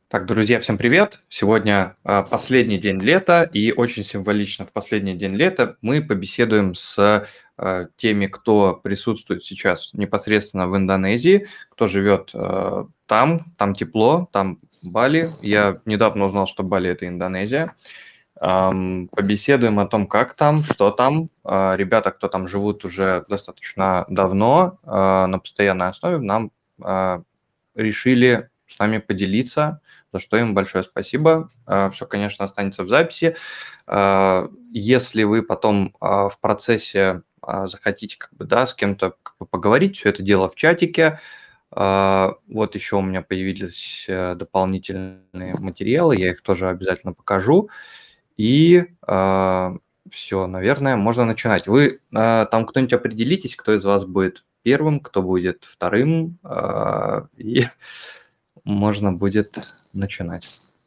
Так, друзья, всем привет! Сегодня последний день лета, и очень символично в последний день лета мы побеседуем с теми, кто присутствует сейчас непосредственно в Индонезии, кто живет там тепло, там Бали. Я недавно узнал, что Бали – это Индонезия. Побеседуем о том, как там, что там. Ребята, кто там живут уже достаточно давно, на постоянной основе, нам решили с нами поделиться, за что им большое спасибо. Все, конечно, останется в записи. Если вы потом в процессе захотите с кем-то поговорить, все это дело в чатике. Вот еще у меня появились дополнительные материалы, я их тоже обязательно покажу. И все, наверное, можно начинать. Вы там кто-нибудь определитесь, кто из вас будет первым, кто будет вторым, и можно будет начинать.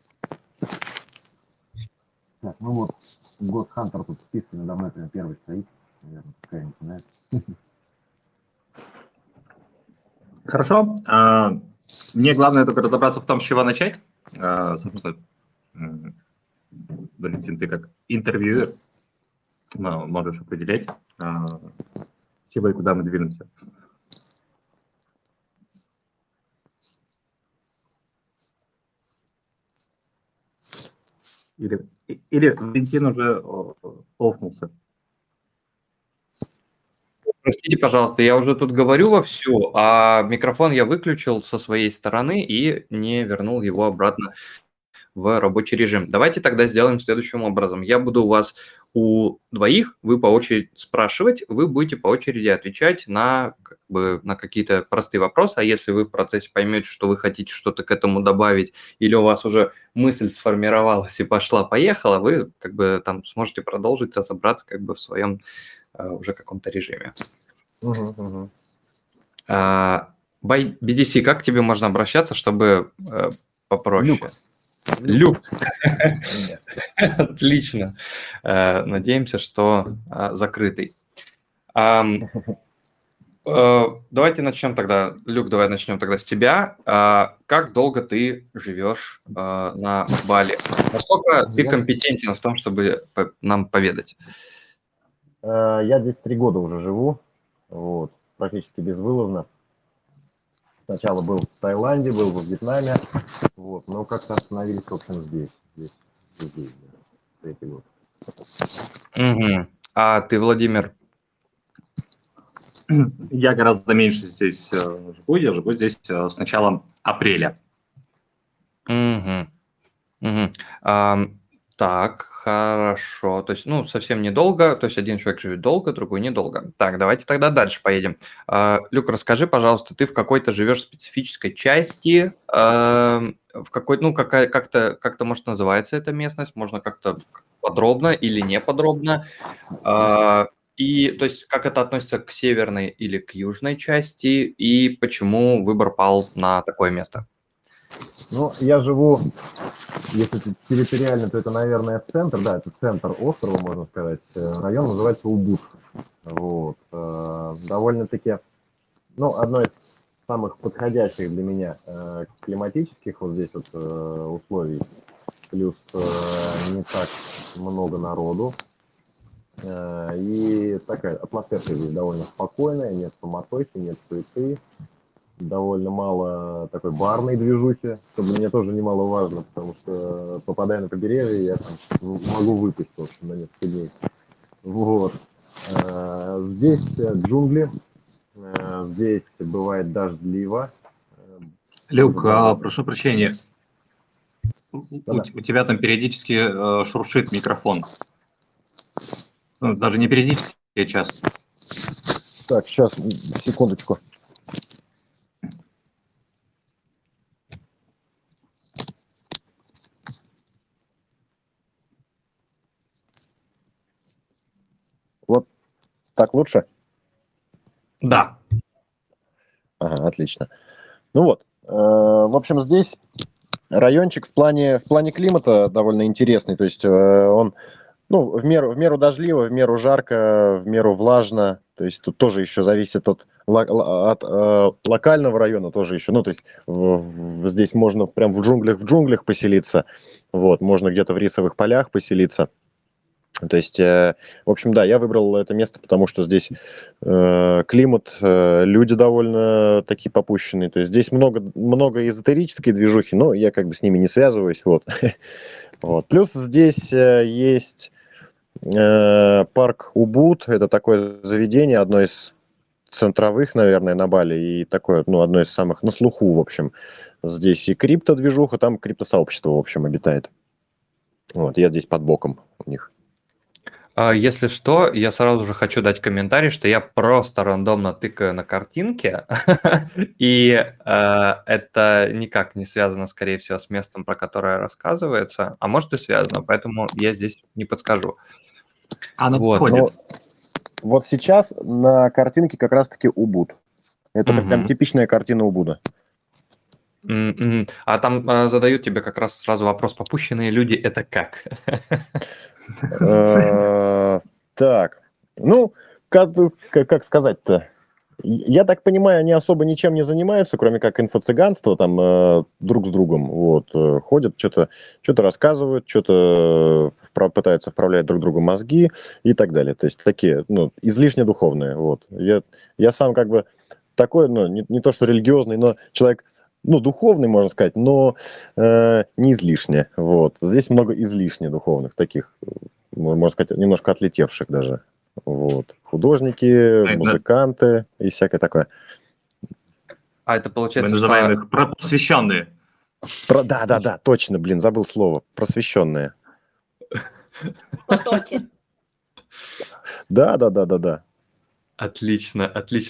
Так, ну вот, Ghost Hunter тут список надо мной прям первый стоит. Наверное, пускай начинает. Хорошо. Мне главное только разобраться в том, с чего начать. Собственно, Валентин, ты как интервьюер можешь определять, с чего и куда мы двинемся. Или Валентин уже офнулся. Простите, пожалуйста, я уже тут говорю вовсю, а микрофон я выключил со своей стороны и не вернул его обратно в рабочий режим. Давайте тогда сделаем следующим образом. Я буду у двоих, вы по очереди спрашивать, вы будете по очереди отвечать на какие-то простые вопросы, а если вы в процессе поймете, что вы хотите что-то к этому добавить, или у вас уже мысль сформировалась и пошла-поехала, вы там сможете продолжить разобраться в своем уже каком-то режиме. BDC, как к тебе можно обращаться, чтобы попроще? Люк. Отлично. Надеемся, что закрытый. Давайте начнем тогда. Люк, давай начнем тогда с тебя. Как долго ты живешь на Бали? Насколько ты компетентен в том, чтобы нам поведать? Я здесь 3 года уже живу, вот, практически безвылазно. Сначала был в Таиланде, был во Вьетнаме, вот, но как-то остановились, в общем, здесь, да, 3-й год. Угу. А ты, Владимир? Я гораздо меньше здесь живу, я живу здесь с начала апреля. Угу. Так, хорошо. То есть, совсем недолго. То есть, один человек живет долго, другой недолго. Так, давайте тогда дальше поедем. Люк, расскажи, пожалуйста, ты в какой-то живешь специфической части, в какой, как-то, может, называется эта местность, можно как-то подробно или не подробно. И, то есть, как это относится к северной или к южной части, и почему выбор пал на такое место? Ну, я живу, если территориально, то это, наверное, центр, да, это центр острова, можно сказать. Район называется Убуд. Вот. Довольно-таки, одно из самых подходящих для меня климатических вот здесь вот условий. Плюс не так много народу. И такая атмосфера здесь довольно спокойная, нет суматохи, нет суеты. Довольно мало такой барной движухи, что для меня тоже немаловажно, потому что, попадая на побережье, я там могу выпасть, в общем, на несколько дней. Вот. Здесь джунгли, здесь бывает дождливо. Люк, прошу прощения, у тебя там периодически шуршит микрофон. Даже не периодически, а часто. Так, сейчас, секундочку. Вот так лучше? Да. Ага, отлично. Ну вот, в общем, здесь райончик в плане климата довольно интересный. То есть он, в меру дождливо, в меру жарко, в меру влажно. То есть тут тоже еще зависит от от локального района тоже еще, ну, то есть здесь можно прям в джунглях поселиться, вот, можно где-то в рисовых полях поселиться. То есть, в общем, да, я выбрал это место, потому что здесь климат, люди довольно такие попущенные. То есть здесь много эзотерической движухи, но я как бы с ними не связываюсь. Вот. Вот. Плюс здесь есть парк Убуд. Это такое заведение, одно из центровых, наверное, на Бали. И такое, ну, одно из самых на слуху, в общем. Здесь и крипто-движуха, там криптосообщество, в общем, обитает. Вот, я здесь под боком у них. Если что, я сразу же хочу дать комментарий, что я просто рандомно тыкаю на картинки, и это никак не связано, скорее всего, с местом, про которое рассказывается, а может и связано, поэтому я здесь не подскажу. Она Вот. подходит. Вот сейчас на картинке как раз-таки Убуд. Это прям Мгм. типичная картина Убуда. А там задают тебе как раз сразу вопрос, попущенные люди это как? Так, ну, как сказать-то? Я так понимаю, они особо ничем не занимаются, кроме как инфо-цыганство, там друг с другом вот, ходят, что-то рассказывают, что-то пытаются вправлять друг другу мозги и так далее. То есть такие, ну, излишне духовные. Вот. Я сам как бы такой, ну, не то что религиозный, но человек, ну, духовный, можно сказать, но не излишне. Вот. Здесь много излишне духовных, таких, можно сказать, немножко отлетевших даже. Вот. Художники, музыканты и всякое такое. А это Мы получается, называем что... их просвещенные. Да, точно, блин, забыл слово. Просвещенные. В потоке. Да. Отлично.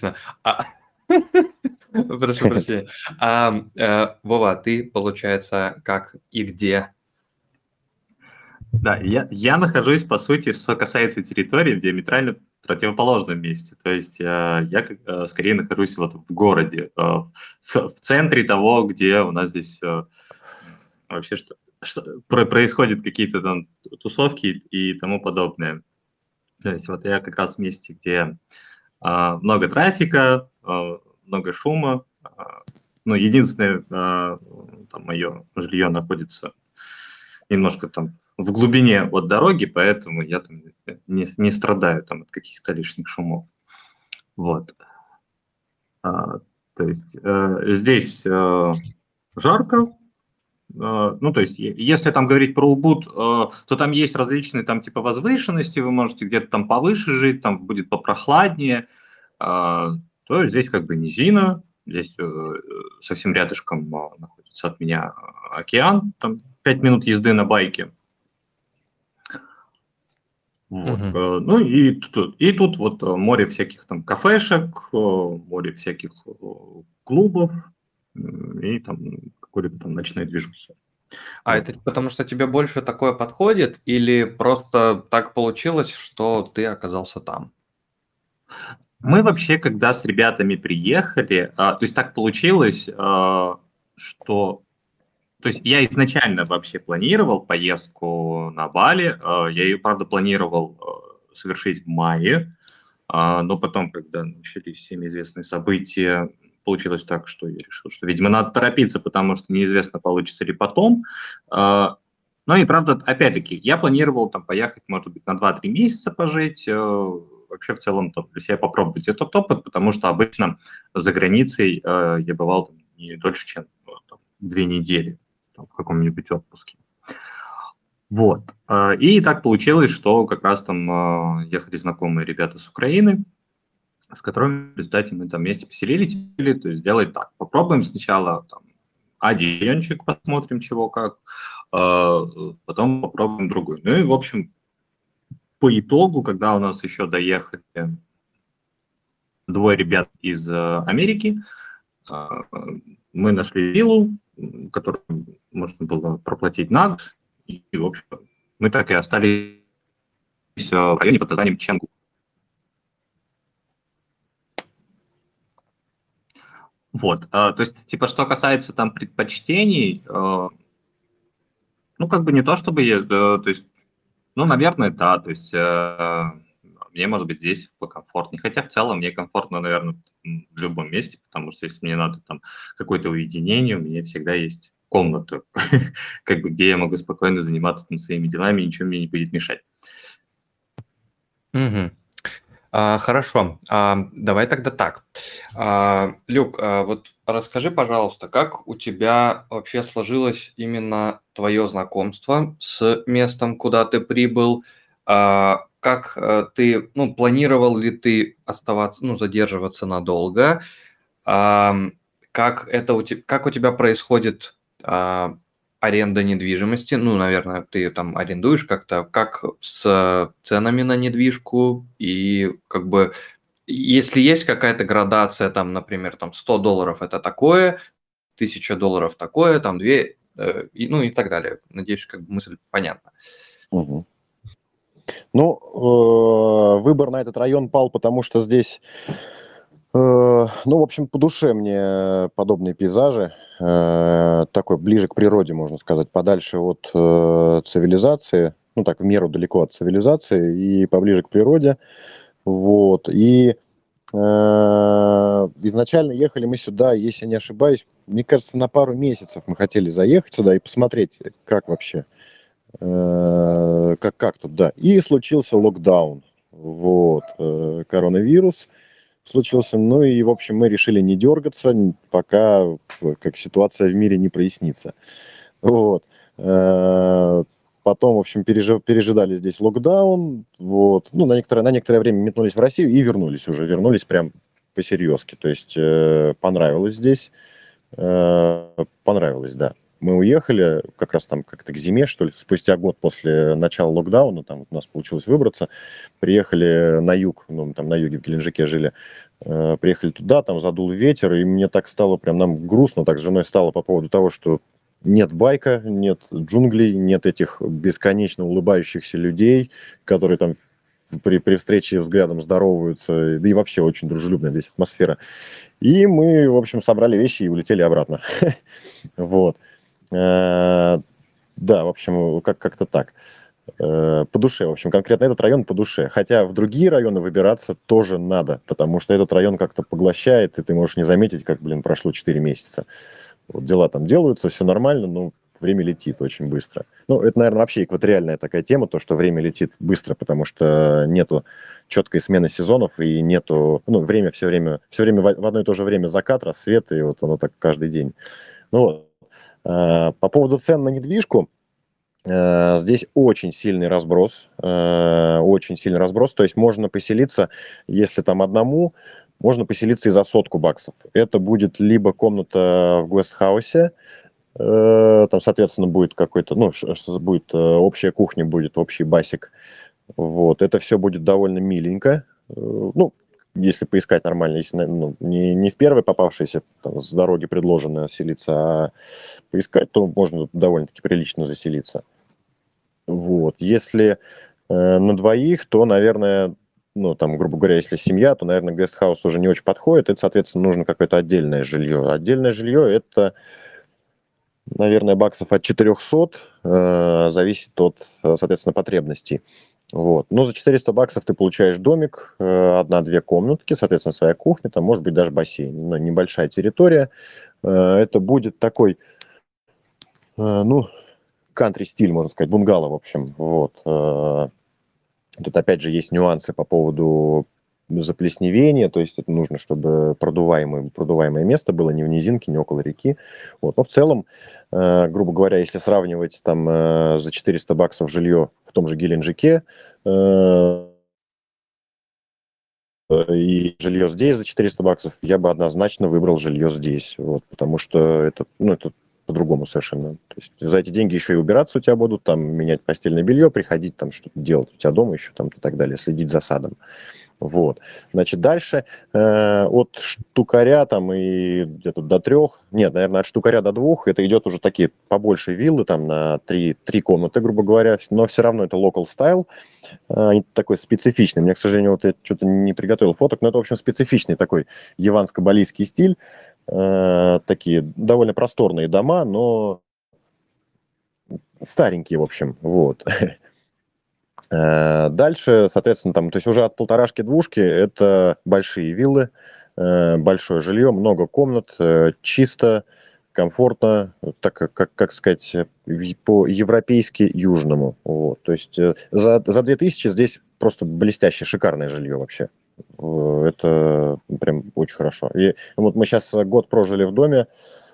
Прошу прощения. Вова, ты, получается, как и где? Да, я нахожусь, по сути, что касается территории, в диаметрально противоположном месте. То есть я скорее нахожусь вот в городе, в центре того, где у нас здесь вообще происходят какие-то там тусовки и тому подобное. То есть вот я как раз в месте, где много трафика, много шума. Ну, единственное, там мое жилье находится немножко там в глубине от дороги, поэтому я там не страдаю там от каких-то лишних шумов. Вот. То есть здесь жарко. Ну, то есть, если там говорить про Убуд, то там есть различные там типа возвышенности, вы можете где-то там повыше жить, там будет попрохладнее. То здесь как бы низина, здесь совсем рядышком находится от меня океан, там 5 минут езды на байке. Вот. Ну и тут вот море всяких там кафешек, море всяких клубов и там какой-либо там ночной движухи. А Вот. это потому что тебе больше такое подходит или просто так получилось, что ты оказался там? Мы вообще, когда с ребятами приехали, то есть так получилось, что... То есть я изначально вообще планировал поездку на Бали, я ее, правда, планировал совершить в мае, но потом, когда начались всеми известные события, получилось так, что я решил, что, видимо, надо торопиться, потому что неизвестно, получится ли потом. Ну и, правда, опять-таки, я планировал там поехать, может быть, на 2-3 месяца пожить, вообще в целом там, для себя попробовать этот опыт, потому что обычно за границей я бывал там, не дольше, чем 2 недели там, в каком-нибудь отпуске. Вот. И так получилось, что как раз там ехали знакомые ребята с Украины, с которыми в результате мы там вместе поселились, то есть сделать так. Попробуем сначала там оденчик, посмотрим, чего как, потом попробуем другой. Ну и, в общем, по итогу, когда у нас еще доехали двое ребят из Америки, мы нашли виллу, которую можно было проплатить на год, и, в общем, мы так и остались в районе под названием Чангу. Вот, то есть, типа, что касается там предпочтений, ну, как бы не то, чтобы, то есть, ну, наверное, да, то есть, мне, может быть, здесь покомфортнее. Хотя в целом мне комфортно, наверное, в любом месте, потому что если мне надо там какое-то уединение, у меня всегда есть комната, как бы, где я могу спокойно заниматься там своими делами, ничего мне не будет мешать. Мгм. Хорошо. Давай тогда так. Люк, вот расскажи, пожалуйста, как у тебя вообще сложилось именно твое знакомство с местом, куда ты прибыл? Как ты, ну, планировал ли ты оставаться, ну, задерживаться надолго? Ам, как у тебя происходит аренда недвижимости? Ну, наверное, ты там арендуешь как-то. Как с ценами на недвижку? И как бы, если есть какая-то градация, там, например, там $100 это такое, $1000 такое, там 2, ну и так далее. Надеюсь, как бы мысль понятна. Мгм. Ну, выбор на этот район пал, потому что здесь, ну, в общем, по душе мне подобные пейзажи, такой ближе к природе, можно сказать, подальше от цивилизации, ну, так, в меру далеко от цивилизации и поближе к природе, вот, и изначально ехали мы сюда, если не ошибаюсь, мне кажется, на пару месяцев мы хотели заехать сюда и посмотреть, как вообще, как тут, да. И случился локдаун, вот, коронавирус случился. Ну и, в общем, мы решили не дергаться, пока как ситуация в мире не прояснится. Вот. Э, Потом, в общем, пережидали здесь локдаун, вот. Ну, на некоторое время метнулись в Россию и вернулись прям по-серьезки. То есть понравилось здесь, понравилось, да. Мы уехали как раз там как-то к зиме, что ли, спустя год после начала локдауна, там вот у нас получилось выбраться, приехали на юг, ну, мы там на юге в Геленджике жили, приехали туда, там задул ветер, и мне так стало, прям нам грустно, так с женой стало по поводу того, что нет байка, нет джунглей, нет этих бесконечно улыбающихся людей, которые там при встрече взглядом здороваются, да и вообще очень дружелюбная здесь атмосфера. И мы, в общем, собрали вещи и улетели обратно. Вот. Да, в общем, как-то так. По душе, в общем, конкретно этот район по душе. Хотя в другие районы выбираться тоже надо, потому что этот район как-то поглощает, и ты можешь не заметить, как, прошло 4 месяца. Вот дела там делаются, все нормально, но время летит очень быстро. Ну, это, наверное, вообще экваториальная такая тема, то, что время летит быстро, потому что нету четкой смены сезонов и нету, ну, все время в одно и то же время закат, рассвет, и вот оно так каждый день. Ну вот. По поводу цен на недвижку, здесь очень сильный разброс, то есть можно поселиться, если там одному, можно поселиться и за $100. Это будет либо комната в гестхаусе, там, соответственно, будет какой-то, ну, будет общая кухня, будет общий басик. Вот, это все будет довольно миленько. Ну, если поискать нормально, если ну, не в первой попавшейся там, с дороги предложенное селиться, а поискать, то можно довольно-таки прилично заселиться. Вот. Если на двоих, то, наверное, ну, там, грубо говоря, если семья, то, наверное, гестхаус уже не очень подходит. Это, соответственно, нужно какое-то отдельное жилье. Отдельное жилье – это, наверное, баксов от 400, зависит от, соответственно, потребностей. Вот. Но за $400 ты получаешь домик, 1-2 комнатки, соответственно, своя кухня, там может быть даже бассейн, но небольшая территория. Это будет такой, ну, кантри-стиль, можно сказать, бунгало, в общем. Вот. Тут, опять же, есть нюансы по поводу заплесневения, то есть это нужно, чтобы продуваемое место было не в низинке, не около реки. Вот. Но в целом, грубо говоря, если сравнивать там за $400 жилье в том же Геленджике и жилье здесь за $400, я бы однозначно выбрал жилье здесь, вот, потому что это, ну, это по-другому совершенно. То есть за эти деньги еще и убираться у тебя будут, там, менять постельное белье, приходить, там, что-то делать у тебя дома еще, там, и так далее, следить за садом. Вот. Значит, дальше от штукаря там и где-то до 3, нет, наверное, от штукаря до 2, это идет уже такие побольше виллы, там, на 3 комнаты, грубо говоря, но все равно это local style, такой специфичный. Мне, к сожалению, вот я что-то не приготовил фоток, но это, в общем, специфичный такой яванско-балийский стиль. Такие довольно просторные дома, но старенькие, в общем, вот. Дальше, соответственно, там, то есть уже от полторашки-двушки это большие виллы, большое жилье, много комнат, чисто, комфортно, так как сказать, по-европейски южному. Вот. То есть за 2000 здесь просто блестящее, шикарное жилье вообще. Это прям очень хорошо. И вот мы сейчас год прожили в доме,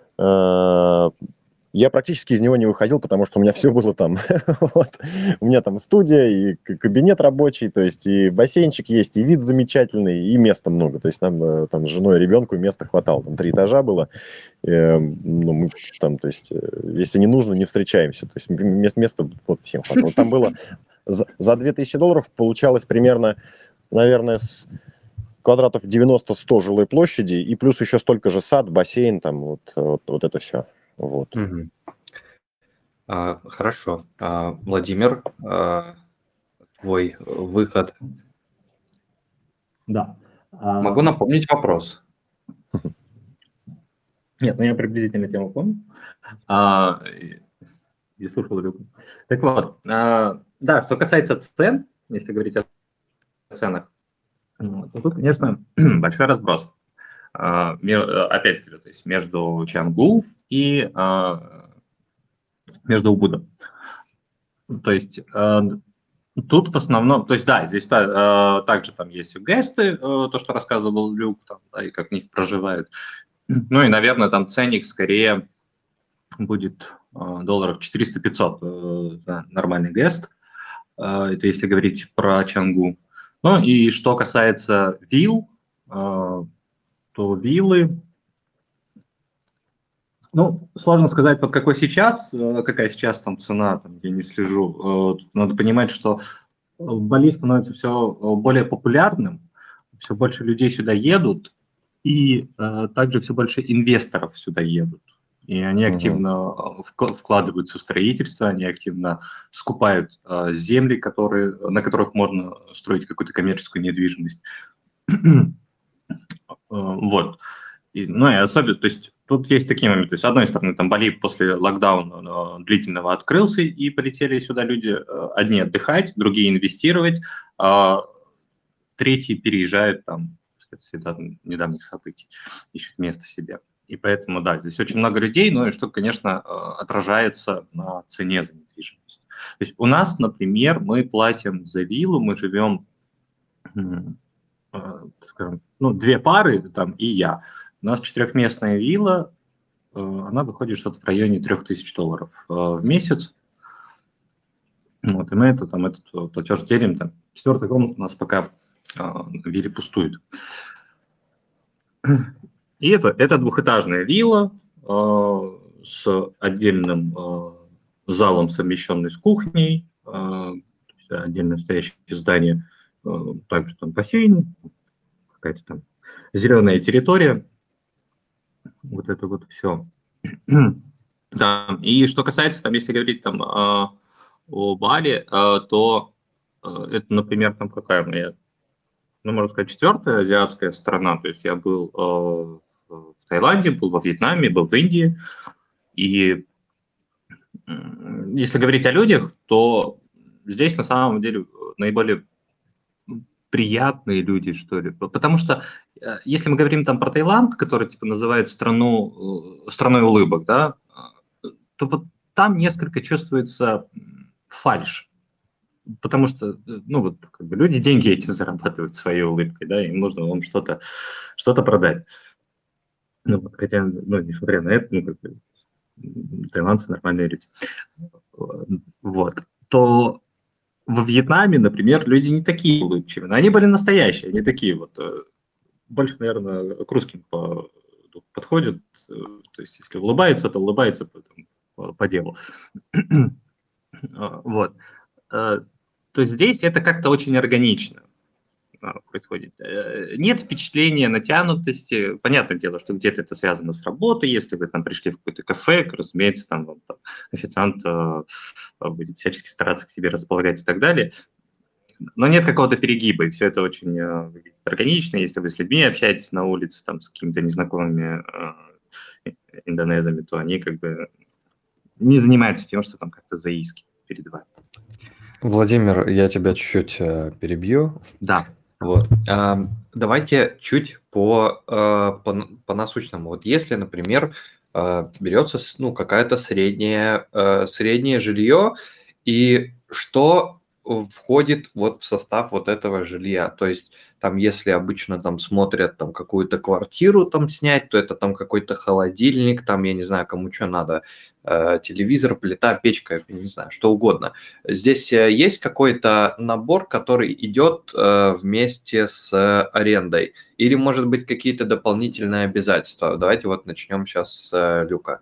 я практически из него не выходил, потому что у меня все было там. Вот. У меня там студия и кабинет рабочий, то есть и бассейнчик есть, и вид замечательный, и места много. То есть нам там с женой и ребенку места хватало. Там 3 этажа было. Ну, мы там, то есть, если не нужно, не встречаемся. То есть места вот всем хватало. Вот там было за $2000 получалось примерно, наверное, с квадратов 90-100 жилой площади, и плюс еще столько же сад, бассейн, там вот это все. Вот. Мгм. Хорошо. Владимир, твой выход. Да. Могу напомнить вопрос. Нет, ну я приблизительно тему помню. И слушал Люку. Так вот, да, что касается цен, если говорить о ценах, то тут, конечно, большой разброс. Опять-таки, то есть между Чангу и между Убудом. То есть тут в основном, то есть да, здесь также там есть гесты, то, что рассказывал Люк, там, да, и как в них проживают. Ну и, наверное, там ценник скорее будет долларов 400-500 за нормальный гест. Это если говорить про Чангу. Ну и что касается вилл, то виллы, ну, сложно сказать, вот какой сейчас, какая сейчас там цена, там, я не слежу. Тут надо понимать, что Бали становится все более популярным, все больше людей сюда едут, и также все больше инвесторов сюда едут. И они активно вкладываются в строительство, они активно скупают земли, на которых можно строить какую-то коммерческую недвижимость. Вот. Ну и особенно, то есть тут есть такие моменты. То есть, с одной стороны, там Бали после локдауна длительного открылся, и полетели сюда люди, одни отдыхать, другие инвестировать, а третьи переезжают там, с недавних событий, ищут место себе. И поэтому, да, здесь очень много людей, ну и что, конечно, отражается на цене за недвижимость. То есть у нас, например, мы платим за виллу, мы живем, скажем, ну, 2 пары, там, и я. У нас 4-местная вилла, она выходит что-то в районе $3000 в месяц. Вот, и мы этот платеж делим, там, 4-я комната у нас пока в вилле пустует. И это двухэтажная вилла с отдельным залом, совмещенный с кухней, отдельно стоящее здание, также там бассейн, какая-то там зеленая территория, вот это вот все. Да. И что касается, там, если говорить там о Бали, то это, например, там какая моя, ну, можно сказать, 4-я азиатская страна. То есть я был в Таиланде, был во Вьетнаме, был в Индии. И если говорить о людях, то здесь на самом деле наиболее приятные люди, что ли. Потому что если мы говорим там про Таиланд, который типа называют страной улыбок, да, то вот там несколько чувствуется фальшь. Потому что, ну, вот, как бы люди деньги этим зарабатывают своей улыбкой, да, им нужно вам что-то продать. Ну, хотя, ну, несмотря на это, ну, как бы, таиландцы нормальные люди. Вот. То во Вьетнаме, например, люди не такие улыбчивые, но они были настоящие, они такие вот, больше, наверное, к русским подходят, то есть если улыбается, то улыбается по делу. Вот. То есть здесь это как-то очень органично происходит. Нет впечатления натянутости. Понятное дело, что где-то это связано с работой. Если вы там пришли в какое-то кафе, разумеется, там официант будет всячески стараться к себе располагать и так далее. Но нет какого-то перегиба, и все это очень органично. Если вы с людьми общаетесь на улице, там, с какими-то незнакомыми индонезами, то они как бы не занимаются тем, что там как-то заискивают перед вами. Владимир, я тебя чуть-чуть перебью. Да. Вот. Давайте чуть по насущному. Вот если, например, берется какая-то среднее жилье, и что входит вот в состав вот этого жилья? То есть там, если обычно там смотрят там какую-то квартиру там снять, то это там какой-то холодильник, там, я не знаю, кому что надо, телевизор, плита, печка, я не знаю, что угодно. Здесь есть какой-то набор, который идет вместе с арендой? Или, может быть, какие-то дополнительные обязательства? Давайте вот начнем сейчас с Люка.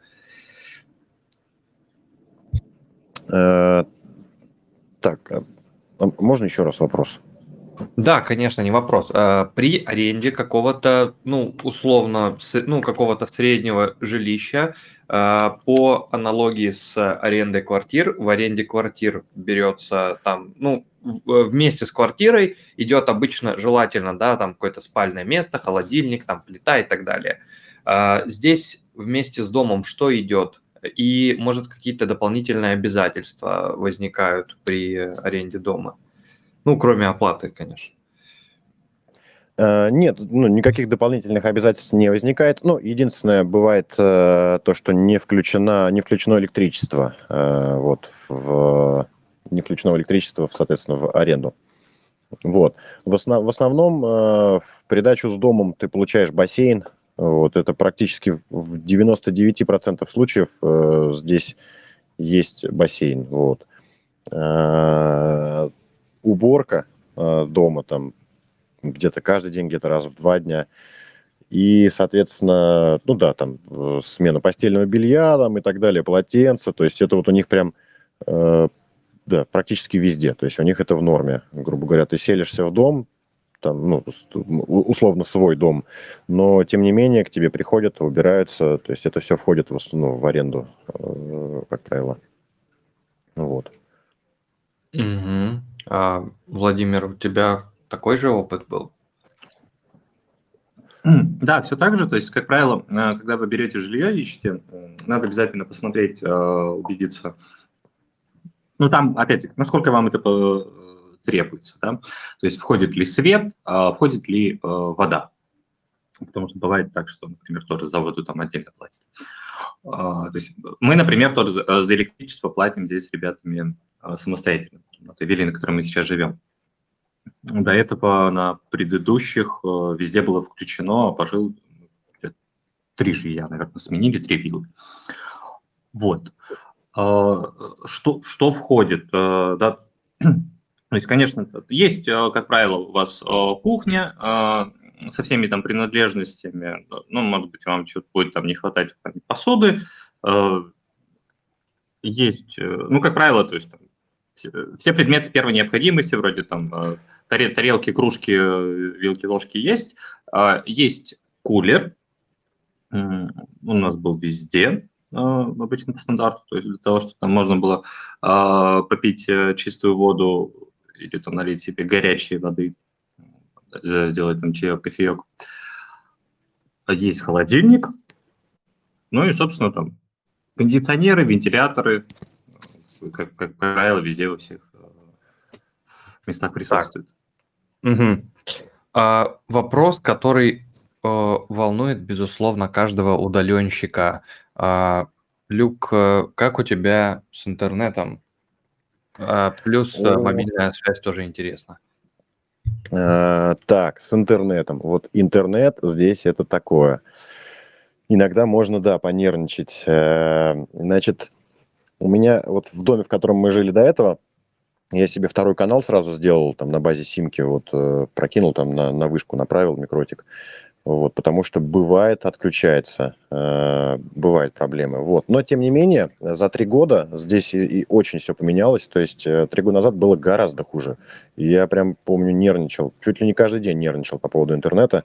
Так, можно еще раз вопрос? Да, конечно, не вопрос. При аренде какого-то, условно, какого-то среднего жилища, по аналогии с арендой квартир, в аренде квартир берется там, вместе с квартирой идет обычно, желательно, да, там какое-то спальное место, холодильник, там плита и так далее. Здесь вместе с домом что идет? И, может, какие-то дополнительные обязательства возникают при аренде дома? Кроме оплаты, конечно. Нет, никаких дополнительных обязательств не возникает. Единственное, бывает то, что не включено электричество. Не включено электричество, соответственно, в аренду. Вот. В основном в придачу с домом ты получаешь бассейн. Вот. Это практически в 99% случаев здесь есть бассейн. Вот. Уборка дома там где-то каждый день, где-то раз в 2 дня. И, соответственно, смена постельного белья там и так далее, полотенца. То есть это вот у них прям, практически везде. То есть у них это в норме. Грубо говоря, ты селишься в дом, там, условно свой дом, но, тем не менее, к тебе приходят, убираются. То есть это все входит в аренду, как правило. Вот. Угу. Владимир, у тебя такой же опыт был? Да, все так же. То есть, как правило, когда вы берете жилье, ищете, надо обязательно посмотреть, убедиться. Там, опять-таки, насколько вам это требуется, да? То есть, входит ли свет, входит ли вода. Потому что бывает так, что, например, тоже за воду там отдельно платят. То есть мы, например, тоже за электричество платим здесь с ребятами самостоятельно, на той вилле, на которой мы сейчас живем. До этого на предыдущих везде было включено, пожил 3 жилья, наверное, сменили, 3 виллы. Вот. Что входит? Да? То есть, конечно, есть, как правило, у вас кухня со всеми там принадлежностями. Может быть, вам чего-то будет там не хватать в плане посуды. Есть, как правило, то есть там, все предметы первой необходимости, вроде там тарелки, кружки, вилки, ложки есть. Есть кулер. У нас был везде, обычно по стандарту, то есть для того, чтобы там можно было попить чистую воду или там налить себе горячей воды, сделать там чаек, кофеек. Есть холодильник, и, собственно, там кондиционеры, вентиляторы, как правило, везде во всех местах присутствуют. Угу. Вопрос, который волнует, безусловно, каждого удаленщика. Люк, как у тебя с интернетом? Плюс мобильная связь тоже интересно. Так, с интернетом. Вот интернет здесь это такое. Иногда можно, понервничать. Значит, у меня вот в доме, в котором мы жили до этого, я себе второй канал сразу сделал, там на базе симки, прокинул там на вышку, направил микротик. Потому что бывает отключается, бывают проблемы. Но, тем не менее, за 3 года здесь и очень все поменялось. То есть 3 года назад было гораздо хуже. И я прям помню, нервничал, чуть ли не каждый день нервничал по поводу интернета.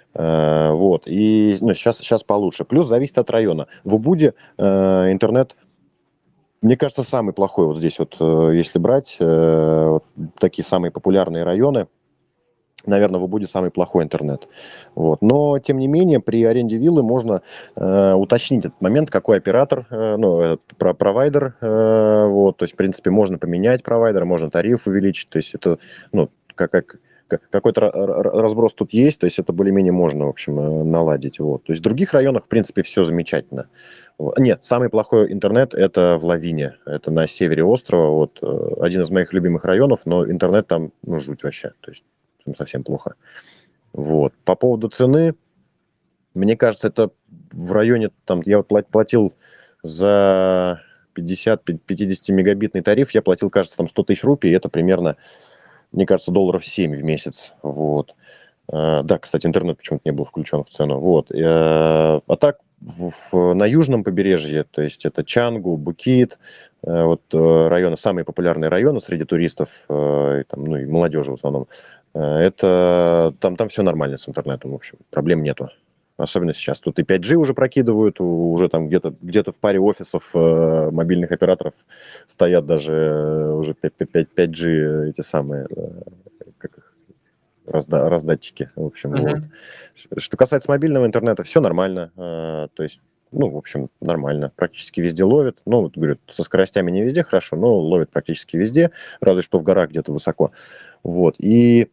И сейчас получше. Плюс зависит от района. В Убуде интернет, мне кажется, самый плохой вот здесь, если брать такие самые популярные районы. наверное, в Убуде самый плохой интернет. Вот. Но, тем не менее, при аренде виллы можно уточнить этот момент, какой оператор, провайдер. Вот. То есть, в принципе, можно поменять провайдера, можно тариф увеличить. То есть это, ну, какой-то разброс тут есть, то есть это более-менее можно, в общем, наладить. Вот. То есть в других районах, в принципе, все замечательно. Нет, самый плохой интернет – это в Лавине, это на севере острова, вот, один из моих любимых районов, но интернет там, ну, жуть вообще, то есть совсем плохо. Вот. По поводу цены, мне кажется, это в районе, там, я вот платил за 50 мегабитный тариф, я платил, кажется, там 100 тысяч рупий, это примерно, мне кажется, долларов 7 в месяц. Вот. Да, кстати, интернет почему-то не был включен в цену. Вот. А так, на южном побережье, то есть это Чангу, Букит, вот районы, самые популярные районы среди туристов, и там, ну и молодежи в основном, это там все нормально с интернетом, в общем, проблем нету. Особенно сейчас. Тут и 5G уже прокидывают, уже там где-то в паре офисов мобильных операторов стоят даже уже 5G эти самые, как их, раздатчики. В общем, вот. Что касается мобильного интернета, все нормально. То есть, ну, в общем, нормально. Практически везде ловит. Ну, вот, говорю, со скоростями не везде хорошо, но ловит практически везде, разве что в горах где-то высоко. Вот. И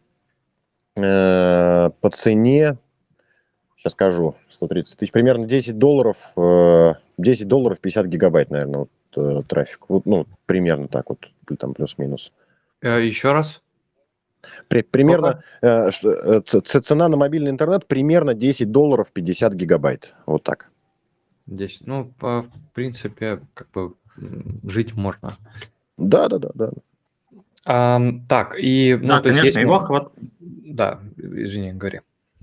по цене, сейчас скажу, 130 тысяч, примерно $10, 10 долларов 50 гигабайт, наверное, вот, трафик. Вот, ну, примерно так вот, там плюс-минус. Еще раз. Примерно цена на мобильный интернет примерно 10 долларов 50 гигабайт. Вот так. Здесь, ну, в принципе, как бы жить можно. Да. Так, и, ну, Да, то есть конечно, есть... его хватает. Да, извини, говори.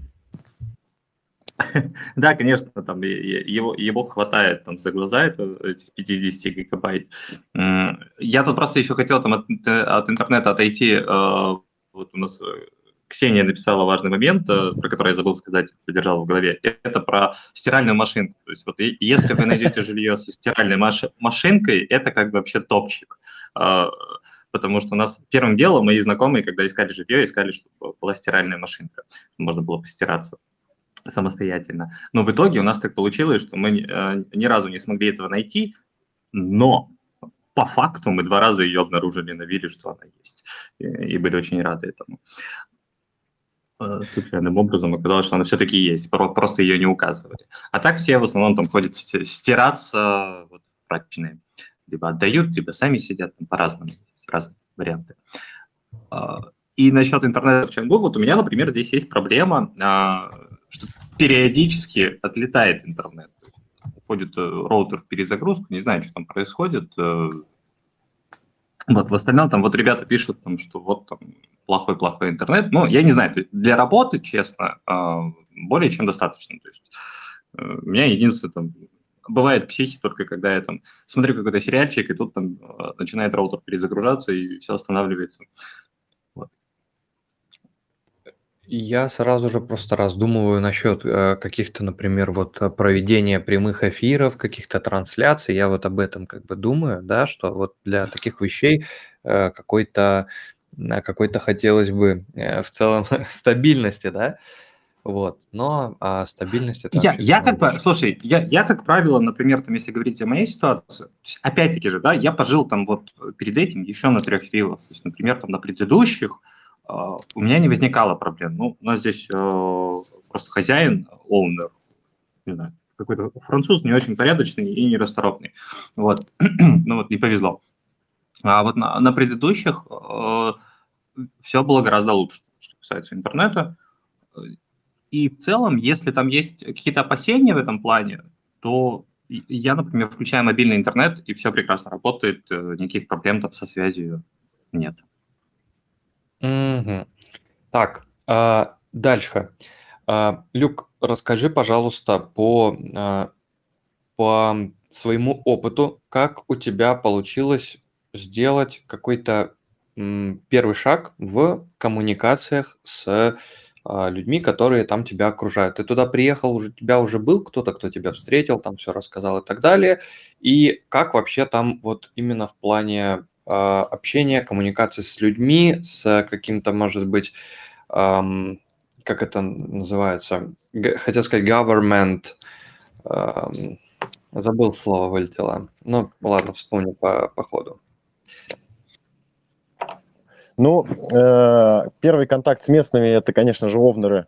Да, конечно, там его хватает там за глаза, это этих 50 гигабайт. Я тут просто еще хотел там от интернета отойти. Вот у нас Ксения написала важный момент, про который я забыл сказать, держал в голове. Это про стиральную машинку. То есть вот если вы найдете жилье со стиральной машинкой, это как бы вообще топчик. Потому что у нас первым делом мои знакомые, когда искали жилье, искали, чтобы была стиральная машинка, можно было постираться самостоятельно. Но в итоге у нас так получилось, что мы ни разу не смогли этого найти, но по факту мы 2 раза ее обнаружили на вилле, что она есть, и были очень рады этому. Случайным образом оказалось, что она все-таки есть, просто ее не указывали. А так все в основном там ходят стираться, вот, прачечные. Либо отдают, либо сами сидят, там, по-разному, есть разные варианты. И насчет интернета в Чангу, вот у меня, например, здесь есть проблема, что периодически отлетает интернет. Уходит роутер в перезагрузку, не знаю, что там происходит. Вот, в остальном там вот ребята пишут, там, что вот там плохой интернет. Ну, я не знаю, для работы, честно, более чем достаточно. То есть у меня единственное, там, бывает психи только когда я там смотрю какой-то сериальчик, и тут там начинает роутер перезагружаться, и все останавливается. Я сразу же просто раздумываю насчет каких-то, например, вот проведения прямых эфиров, каких-то трансляций. Я вот об этом как бы думаю, да, что вот для таких вещей какой-то хотелось бы в целом стабильности, да, вот. Но стабильность это вообще Я всё как бы, лучше. слушай, я как правило, например, там, если говорить о моей ситуации, то есть, опять-таки же, да, я пожил там вот перед этим еще на 3 виллах, то есть, например, там на предыдущих у меня не возникало проблем. Ну, у нас здесь просто хозяин, оунер, не знаю, какой-то француз не очень порядочный и нерасторопный. Вот, ну вот не повезло. А вот на предыдущих все было гораздо лучше, что касается интернета. И в целом, если там есть какие-то опасения в этом плане, то я, например, включаю мобильный интернет, и все прекрасно работает, никаких проблем там со связью нет. Мгм. Так, дальше. Люк, расскажи, пожалуйста, по своему опыту, как у тебя получилось сделать какой-то первый шаг в коммуникациях с людьми, которые там тебя окружают. Ты туда приехал, у тебя уже был кто-то, кто тебя встретил, там все рассказал и так далее. И как вообще там вот именно в плане общения, коммуникации с людьми, с каким-то, может быть, как это называется, хотел сказать government, забыл слово, вылетело. Ну, ладно, вспомню по ходу. Ну, первый контакт с местными – это, конечно же, Овнеры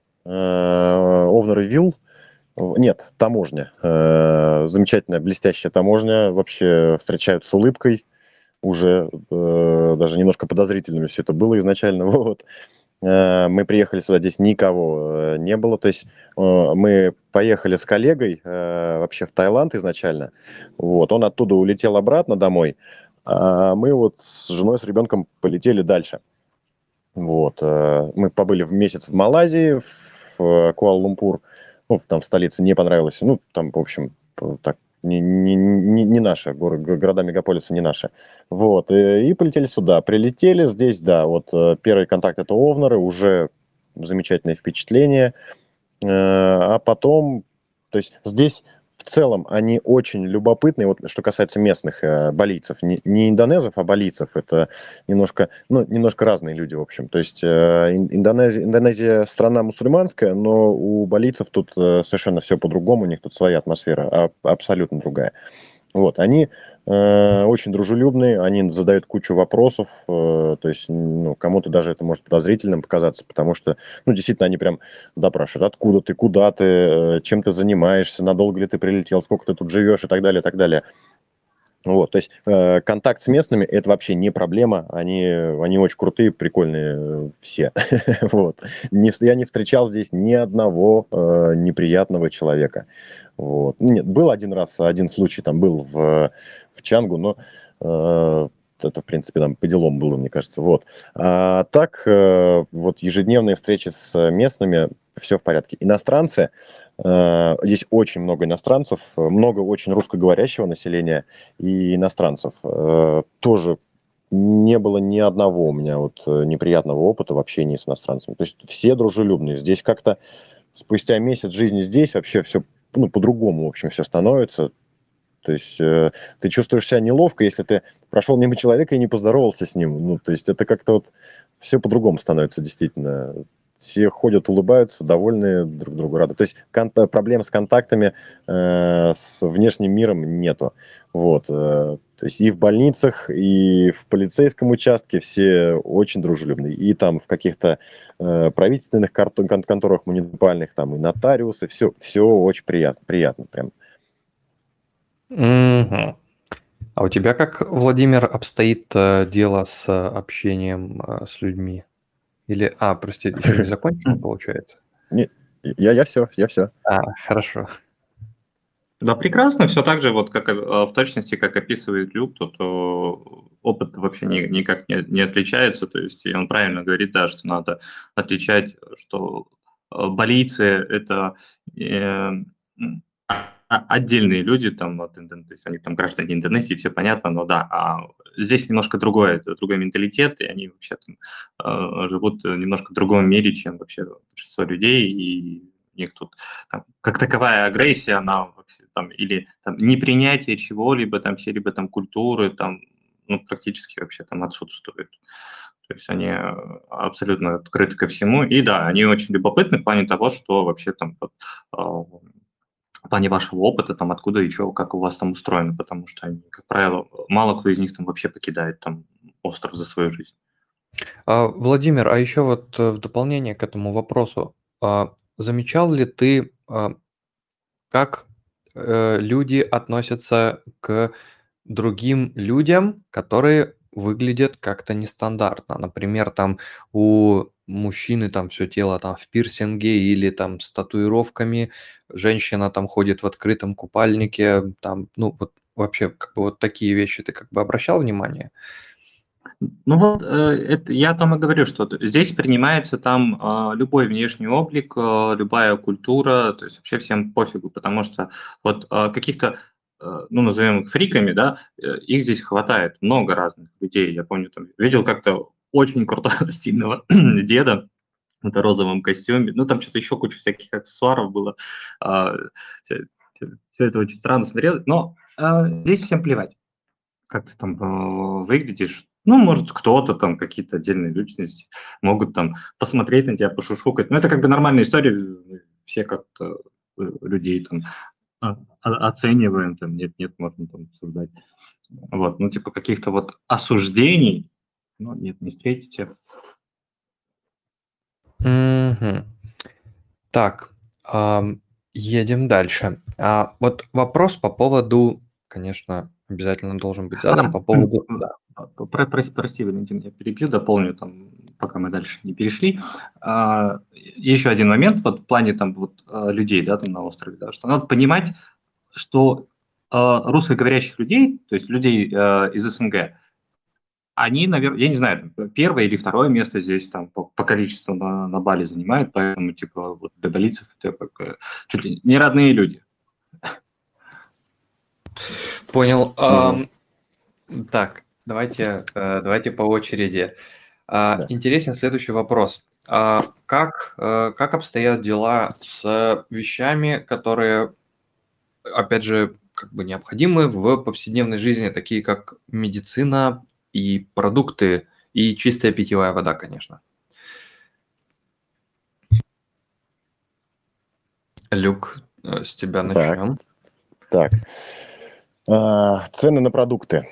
Вилл. Нет, таможня. Замечательная, блестящая таможня. Вообще встречают с улыбкой. Уже даже немножко подозрительными все это было изначально. Вот. Мы приехали сюда, здесь никого не было. То есть мы поехали с коллегой вообще в Таиланд изначально. Вот. Он оттуда улетел обратно домой. А мы вот с женой, с ребенком полетели дальше. Вот. Мы побыли месяц в Малайзии, в Куала-Лумпур. Ну, там в столице не понравилось. Ну, там, в общем, так, не наши, города мегаполиса не наши. Вот, и полетели сюда. Прилетели здесь, да, вот первый контакт это Овнеры, уже замечательное впечатление. А потом, то есть здесь в целом они очень любопытные, вот что касается местных балийцев, не индонезов, а балийцев, это немножко разные люди, в общем. То есть Индонезия страна мусульманская, но у балийцев тут совершенно все по-другому, у них тут своя атмосфера, абсолютно другая. Вот, они очень дружелюбные, они задают кучу вопросов, то есть, ну, кому-то даже это может подозрительным показаться, потому что, ну, действительно, они прям допрашивают, откуда ты, куда ты, чем ты занимаешься, надолго ли ты прилетел, сколько ты тут живешь и так далее, и так далее. Вот, то есть контакт с местными – это вообще не проблема, они очень крутые, прикольные все. Вот. Я не встречал здесь ни одного неприятного человека. Вот. Нет, был один случай там был в Чангу, но это, в принципе, там по делам было, мне кажется. Вот. А так, вот ежедневные встречи с местными, все в порядке. Иностранцы, здесь очень много иностранцев, много очень русскоговорящего населения и иностранцев. Тоже не было ни одного у меня вот неприятного опыта в общении с иностранцами. То есть все дружелюбные. Здесь как-то спустя месяц жизни здесь вообще все, ну, по-другому, в общем, все становится. То есть ты чувствуешь себя неловко, если ты прошел мимо человека и не поздоровался с ним. Ну, то есть это как-то вот все по-другому становится, действительно. Все ходят, улыбаются, довольны друг другу, рады. То есть проблем с контактами с внешним миром нету. Вот. То есть и в больницах, и в полицейском участке все очень дружелюбные. И там в каких-то правительственных конторах муниципальных, там и нотариусы, все очень приятно прям. Мгм. А у тебя как, Владимир, обстоит дело с общением с людьми? Или, прости, еще не закончил, получается? Я все. Хорошо. Да, прекрасно, все так же, вот как в точности, как описывает Люк, то опыт вообще никак не отличается, то есть и он правильно говорит, да, что надо отличать, что балийцы – это отдельные люди, там, то есть они там граждане Индонезии, все понятно, но да, а здесь немножко другое, это другой менталитет, и они вообще там живут немножко в другом мире, чем вообще большинство людей, и у них тут там, как таковая агрессия, она вообще там, или там, непринятие чего-либо, там, чьей-либо там культуры, там, ну, практически вообще там отсутствует. То есть они абсолютно открыты ко всему. И да, они очень любопытны в плане того, что вообще там в плане вашего опыта, там, откуда и чё, как у вас там устроено, потому что они, как правило, мало кто из них там вообще покидает там остров за свою жизнь. Владимир, а еще вот в дополнение к этому вопросу, замечал ли ты, как люди относятся к другим людям, которые выглядят как-то нестандартно? Например, там у мужчины там все тело там в пирсинге или там с татуировками, женщина там ходит в открытом купальнике, там, ну вот вообще как бы вот такие вещи ты как бы обращал внимание? Ну вот, это я там и говорю, что здесь принимается там любой внешний облик, любая культура, то есть вообще всем пофигу, потому что вот каких-то, ну, назовем их фриками, да, их здесь хватает, много разных людей. Я помню, там, видел как-то очень крутого стильного деда в розовом костюме, ну, там что-то еще куча всяких аксессуаров было, все это очень странно смотрелось, но здесь всем плевать. как ты там выглядишь. Ну, может, кто-то там, какие-то отдельные личности могут там посмотреть на тебя, пошушукать. Но это как бы нормальная история. Все как-то людей там оцениваем, там нет, можно там обсуждать. Вот, ну, типа каких-то вот осуждений, ну, нет, не встретите. Мгм. Так, едем дальше. Вот вопрос по поводу, конечно, обязательно должен быть задан по поводу... Да. Прости, Валентин, я перебью, дополню там, пока мы дальше не перешли. Еще один момент вот в плане там вот людей, да, там на острове, да, что надо понимать, что русскоговорящих людей, то есть людей из СНГ, они, наверное, я не знаю, там, первое или второе место здесь там по количеству на Бали занимают, поэтому типа вот для балийцев это как чуть ли не родные люди. Понял. Так, давайте по очереди. Да. Интересен следующий вопрос. Как обстоят дела с вещами, которые, опять же, как бы необходимы в повседневной жизни, такие как медицина и продукты, и чистая питьевая вода, конечно? Люк, с тебя начнем. Так. Цены на продукты.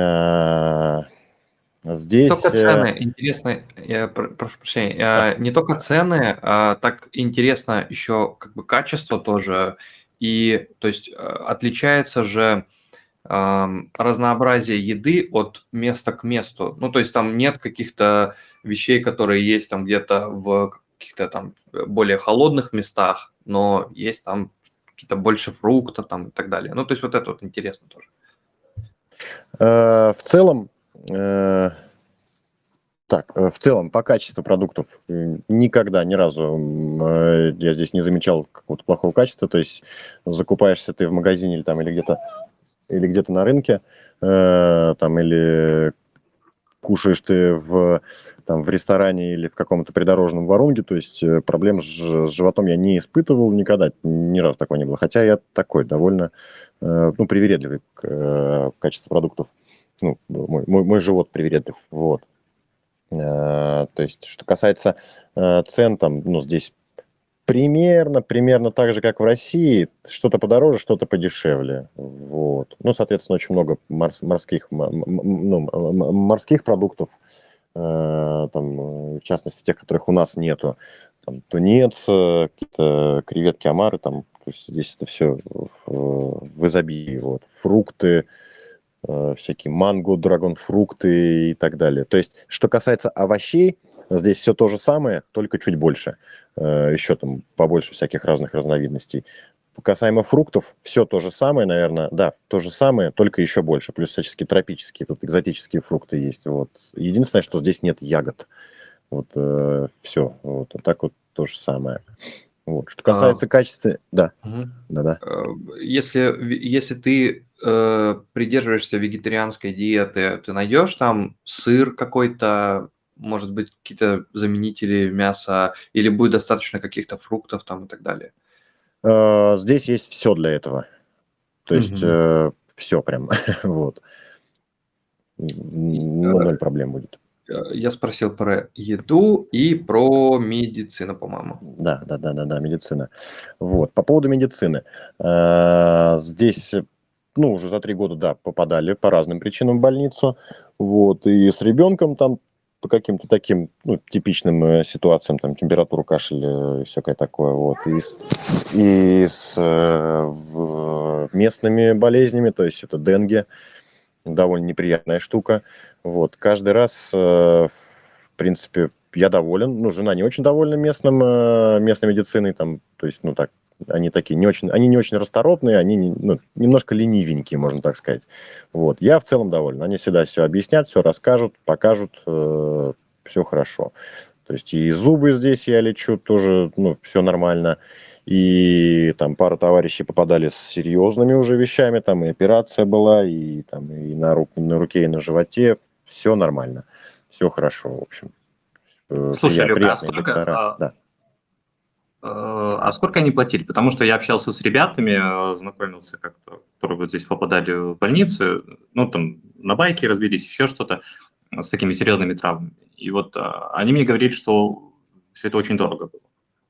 Здесь... Только цены, интересно, я прошу прощения, не только цены, так интересно еще как бы качество тоже. И то есть отличается же разнообразие еды от места к месту. Ну, то есть там нет каких-то вещей, которые есть там где-то в каких-то там более холодных местах, но есть там какие-то больше фруктов там и так далее. Ну, то есть вот это вот интересно тоже. В целом, в целом по качеству продуктов никогда, ни разу я здесь не замечал какого-то плохого качества. То есть закупаешься ты в магазине или где-то на рынке, там, или кушаешь ты в ресторане или в каком-то придорожном варунге, то есть проблем с животом я не испытывал никогда, ни разу такого не было. Хотя я такой довольно привередливый к качеству продуктов. Ну, мой живот привередлив, вот. То есть, что касается цен, там, здесь примерно так же, как в России, что-то подороже, что-то подешевле, вот. Ну, соответственно, очень много морских продуктов, в частности, тех, которых у нас нету. Там, тунец, какие-то креветки, омары, там, то есть здесь это все в изобилии, вот. Фрукты, всякие манго, драгонфрукты и так далее. То есть, что касается овощей, здесь все то же самое, только чуть больше. Еще там побольше всяких разных разновидностей. Касаемо фруктов, все то же самое, наверное, да, то же самое, только еще больше. Плюс всяческие тропические, тут экзотические фрукты есть. Вот. Единственное, что здесь нет ягод. Вот все. Вот. А так вот то же самое. Вот. Что касается качества, да. Да. Если ты придерживаешься вегетарианской диеты, ты найдешь там сыр какой-то, может быть, какие-то заменители мяса, или будет достаточно каких-то фруктов там и так далее? Здесь есть все для этого. То есть все прям. Вот. Ноль проблем будет. Я спросил про еду и про медицину, по-моему. Да, медицина. Вот. По поводу медицины. Здесь, уже за 3 года, да, попадали по разным причинам в больницу. Вот. И с ребенком там по каким-то таким, типичным ситуациям, там, температура, кашель, всякое такое. Вот. И с местными болезнями, то есть это денге, довольно неприятная штука. Вот. Каждый раз, в принципе, я доволен. Жена не очень довольна местной медициной. Там, то есть, они такие не очень расторопные, они немножко ленивенькие, можно так сказать. Вот. Я в целом доволен. Они всегда все объяснят, все расскажут, покажут, все хорошо. То есть и зубы здесь я лечу тоже, все нормально. И там пара товарищей попадали с серьезными уже вещами, там и операция была, и там и на руке, и на животе. Все нормально, все хорошо, в общем. Слушай, Люка, Приятные доктора, да. А сколько они платили? Потому что я общался с ребятами, знакомился как-то, которые вот здесь попадали в больницу, ну, там, на байке разбились, еще что-то, с такими серьезными травмами. И вот они мне говорили, что все это очень дорого было.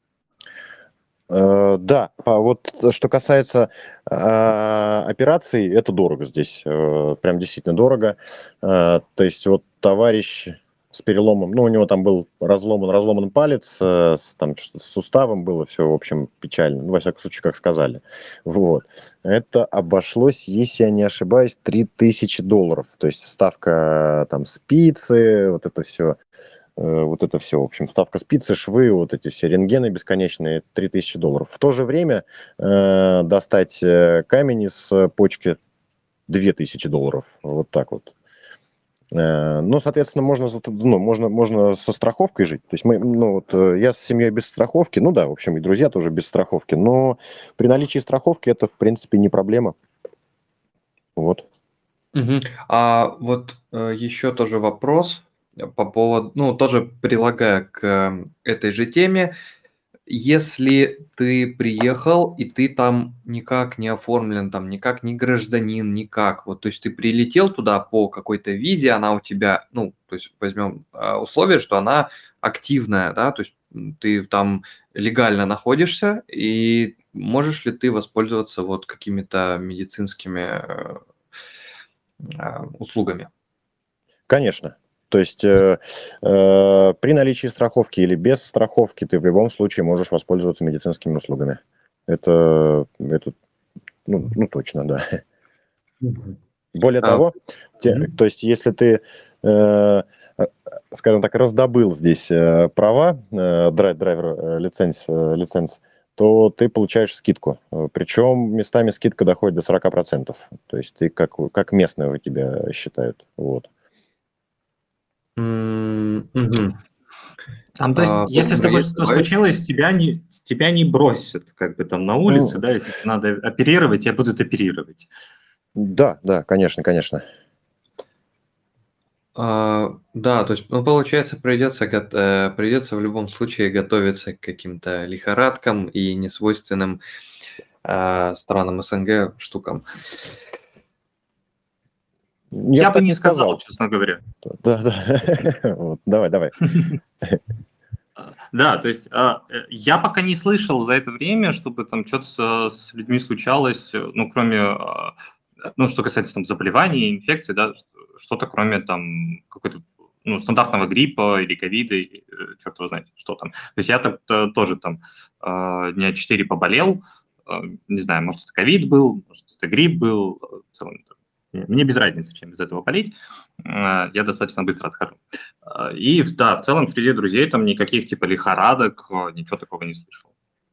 Да, вот что касается операций, это дорого здесь, прям действительно дорого. То есть вот товарищ с переломом, ну, у него там был разломан палец, там с суставом было все, в общем, печально, ну, во всяком случае, как сказали. Вот. Это обошлось, если я не ошибаюсь, $3000. То есть ставка там спицы, вот это все. В общем, ставка спицы, швы, вот эти все рентгены бесконечные, $3000. В то же время достать камень из почки $2000, вот так вот. Ну, соответственно, можно со страховкой жить. То есть я с семьей без страховки, ну да, в общем, и друзья тоже без страховки, но при наличии страховки это, в принципе, не проблема. Вот. Мгм. А вот еще тоже вопрос по поводу, ну, тоже прилагая к этой же теме. Если ты приехал, и ты там никак не оформлен, там никак не гражданин, никак, вот, то есть ты прилетел туда по какой-то визе, она у тебя, ну, то есть возьмем условие, что она активная, да, то есть ты там легально находишься, и можешь ли ты воспользоваться вот какими-то медицинскими услугами? Конечно. То есть при наличии страховки или без страховки ты в любом случае можешь воспользоваться медицинскими услугами. Это точно, да. Более А, того, мгм. то есть если ты, э, скажем так, раздобыл здесь права, драйвер лиценз, то ты получаешь скидку. Причем местами скидка доходит до 40%. То есть ты как местного тебя считают. Вот. Мгм. То есть, если с Владимир, тобой есть что-то добавить? случилось, тебя не бросят как бы там на улице, Ну, да, если тебе надо оперировать, тебя будут оперировать. да, конечно, конечно. Да, то есть, ну, получается, придется в любом случае готовиться к каким-то лихорадкам и несвойственным странам СНГ штукам. Я Я бы бы так не не сказал, сказал. честно говоря. Да, да. Вот, давай. Да, то есть я пока не слышал за это время, чтобы там что-то с людьми случалось, ну, кроме, ну, что касается там заболеваний, инфекций, да, что-то кроме там какой-то, ну, стандартного гриппа или ковида, черт его знает, что там. То есть я тоже там дня 4 поболел, не знаю, может, это ковид был, может, это грипп был, в целом, мне без разницы, чем без этого болеть, я достаточно быстро отхожу. И да, в целом среди друзей там никаких типа лихорадок, ничего такого не слышал.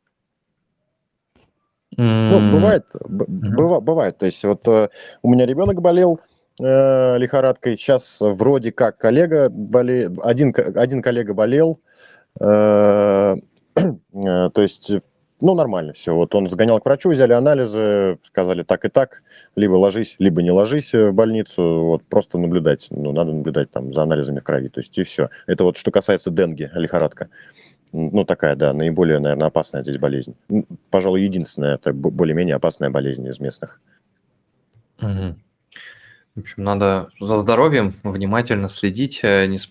Ну, М, мгм. бывает. То есть вот у меня ребенок болел лихорадкой. Сейчас вроде как коллега болеет, один коллега болел. э, То есть, ну, нормально все. Вот он сгонял к врачу, взяли анализы, сказали так и так, либо ложись, либо не ложись в больницу, вот просто наблюдать. Ну, надо наблюдать там за анализами крови, то есть и все. Это вот что касается денге, лихорадка. Ну, такая, да, наиболее, наверное, опасная здесь болезнь. Пожалуй, единственная, это более-менее опасная болезнь из местных. Мгм. В общем, надо за здоровьем внимательно следить,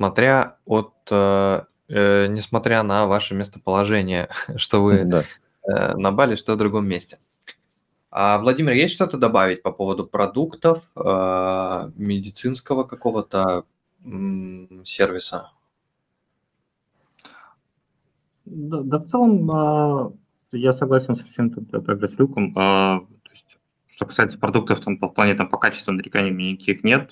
несмотря на ваше местоположение, что вы Да. на Бали, что в другом месте. Владимир, есть что-то добавить по поводу продуктов, медицинского какого-то сервиса? Да, в целом я согласен с чем-то также с Люком. То есть, что касается продуктов, там по плане там по качеству нареканий мне никаких нет.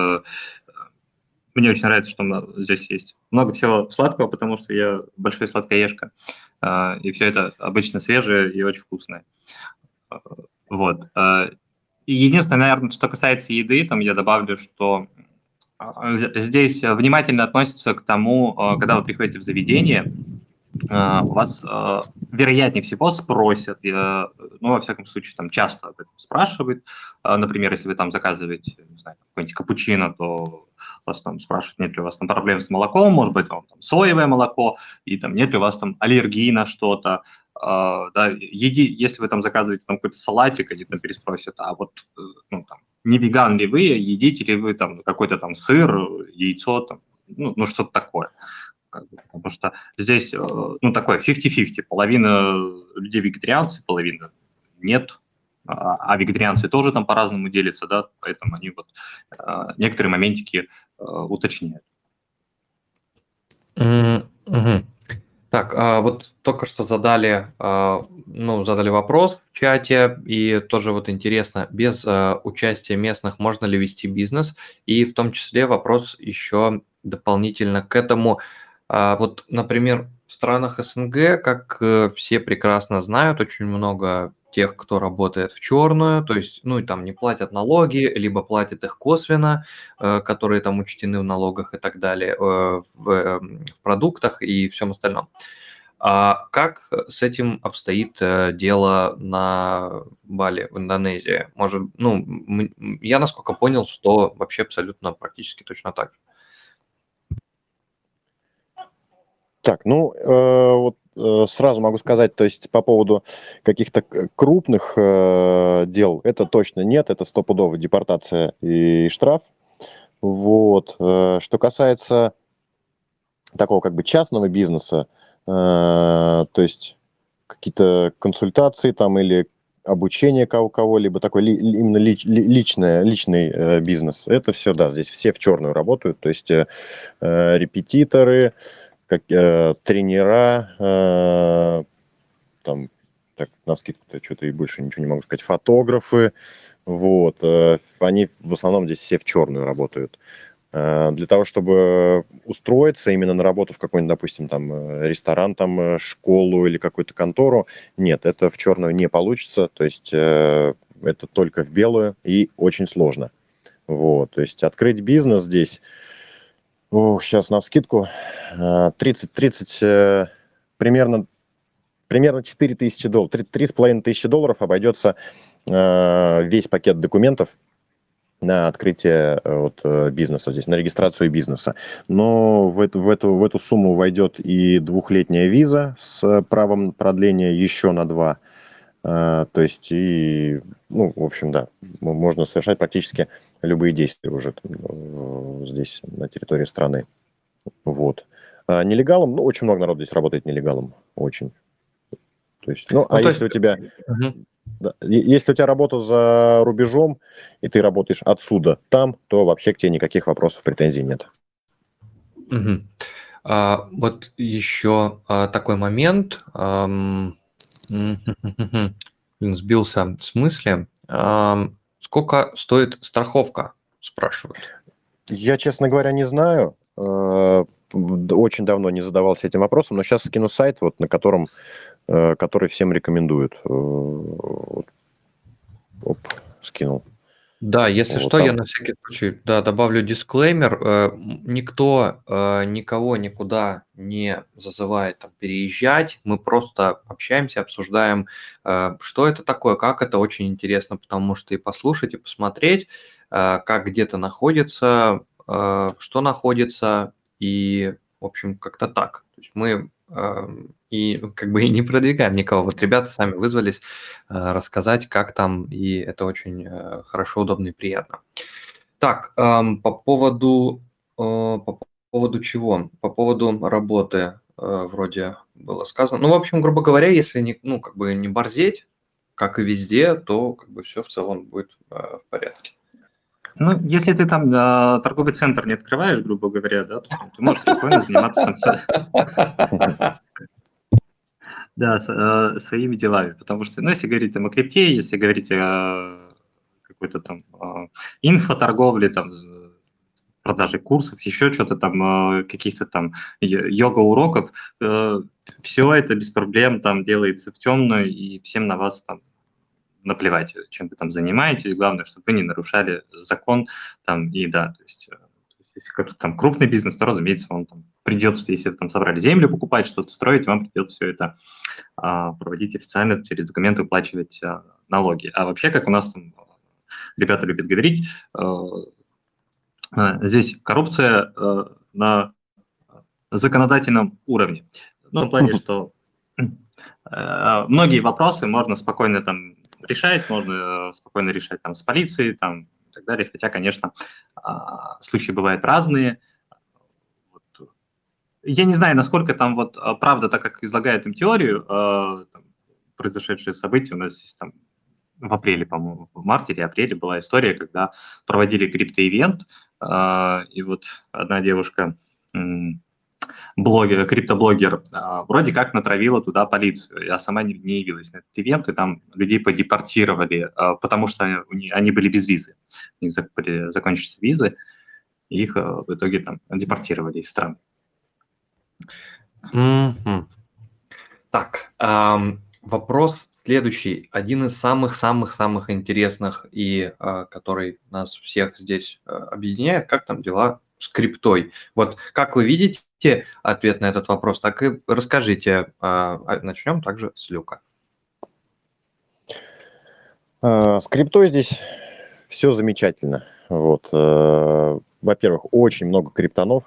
Мне очень нравится, что здесь есть много всего сладкого, потому что я большой сладкоежка. И все это обычно свежее и очень вкусное. Вот. И единственное, наверное, что касается еды, там я добавлю, что здесь внимательно относятся к тому, когда вы приходите в заведение, у вас, вероятнее всего, спросят, ну, во всяком случае, там часто об этом спрашивают. Например, если вы там заказываете, не знаю, какой-нибудь капучино, то вас там спрашивают, нет ли у вас там проблем с молоком, может быть, там соевое молоко, и там нет ли у вас там аллергии на что-то, да, если вы там заказываете там какой-то салатик, они там переспросят, а вот, ну, там, не веган ли вы, едите ли вы там какой-то там сыр, яйцо, там, ну что-то такое. Потому что здесь, ну, такое 50-50. Половина людей вегетарианцы, половина нет. А вегетарианцы тоже там по-разному делятся, да, поэтому они вот некоторые моментики уточняют. Мгм. Так, вот только что задали вопрос в чате, и тоже вот интересно, без участия местных можно ли вести бизнес? И в том числе вопрос еще дополнительно к этому. Вот, например, в странах СНГ, как все прекрасно знают, очень много тех, кто работает в черную, то есть, ну и там не платят налоги, либо платят их косвенно, которые там учтены в налогах и так далее, в продуктах и всем остальном. А как с этим обстоит дело на Бали, в Индонезии? Может, я насколько понял, что вообще абсолютно практически точно так же. Так, ну, вот сразу могу сказать, то есть по поводу каких-то крупных дел, это точно нет, это стопудово депортация и штраф. Вот. Что касается такого как бы частного бизнеса, то есть какие-то консультации там или обучение кого-либо, такой именно личный бизнес, это все, да, здесь все в черную работают, то есть репетиторы, тренера, там, так, навскидку-то что-то и больше ничего не могу сказать, фотографы, вот, они в основном здесь все в черную работают. Для того, чтобы устроиться именно на работу в какой-нибудь, допустим, там, ресторан, там, школу или какую-то контору, нет, это в черную не получится, то есть это только в белую и очень сложно. Вот, то есть открыть бизнес здесь, сейчас навскидку, 30, примерно 4 тысячи долларов, 3,5 тысячи долларов обойдется весь пакет документов на открытие бизнеса здесь, на регистрацию бизнеса. Но в эту сумму войдет и двухлетняя виза с правом продления еще на 2. То есть, в общем, да, можно совершать практически любые действия уже здесь, на территории страны. Вот. А нелегалом, очень много народу здесь работает нелегалом, очень. То есть, если у тебя... Да. Если у тебя работа за рубежом, и ты работаешь отсюда там, то вообще к тебе никаких вопросов, претензий нет. Угу. Вот еще такой момент. Сбился с мысли. Сколько стоит страховка, спрашивают? Я, честно говоря, не знаю. Очень давно не задавался этим вопросом, но сейчас скину сайт, на котором, который всем рекомендуют. Скинул. Да, если что, там. Я на всякий случай добавлю дисклеймер. Никто никого никуда не зазывает переезжать. Мы просто общаемся, обсуждаем, что это такое, как это. Очень интересно, потому что и послушать, и посмотреть, как где-то находится, что находится, и, в общем, как-то так. То есть мы и и не продвигаем никого. Вот ребята сами вызвались рассказать, как там, и это очень хорошо, удобно и приятно. Так, по поводу чего? По поводу работы вроде было сказано. В общем, грубо говоря, если не борзеть, как и везде, то все в целом будет в порядке. Если ты там торговый центр не открываешь, грубо говоря, да, то ты можешь спокойно заниматься своими делами, потому что, если говорить о крипте, если говорить о какой-то там инфоторговле, там, продаже курсов, еще что-то там, каких-то там йога-уроков, все это без проблем там делается в темную, и всем на вас там наплевать, чем вы там занимаетесь, главное, чтобы вы не нарушали закон там, и да, то есть если какой-то там крупный бизнес, то, разумеется, он там придется, если вы там собрали землю покупать, что-то строить, вам придется все это проводить официально, через документы выплачивать налоги. А вообще, как у нас там ребята любят говорить, Здесь коррупция на законодательном уровне. Ну, в плане, что многие вопросы можно спокойно там решать, можно спокойно решать там с полицией там, и так далее. Хотя, конечно, случаи бывают разные. Вот. Я не знаю, насколько там вот правда, так как излагает им теорию, там, произошедшие события у нас здесь там в апреле, по-моему, в марте или апреле была история, когда проводили крипто-ивент, и вот одна девушка, криптоблогер, вроде как натравила туда полицию. Я сама не явилась на этот ивент, и там людей подепортировали, потому что они были без визы. У них закончились визы, и их в итоге там депортировали из страны. Мгм. Так, вопрос следующий. Один из самых-самых-самых интересных и который нас всех здесь объединяет. Как там дела с криптой? Вот как вы видите ответ на этот вопрос, так и расскажите. Начнем также с Люка. С криптой здесь все замечательно. Вот. Во-первых, очень много криптонов,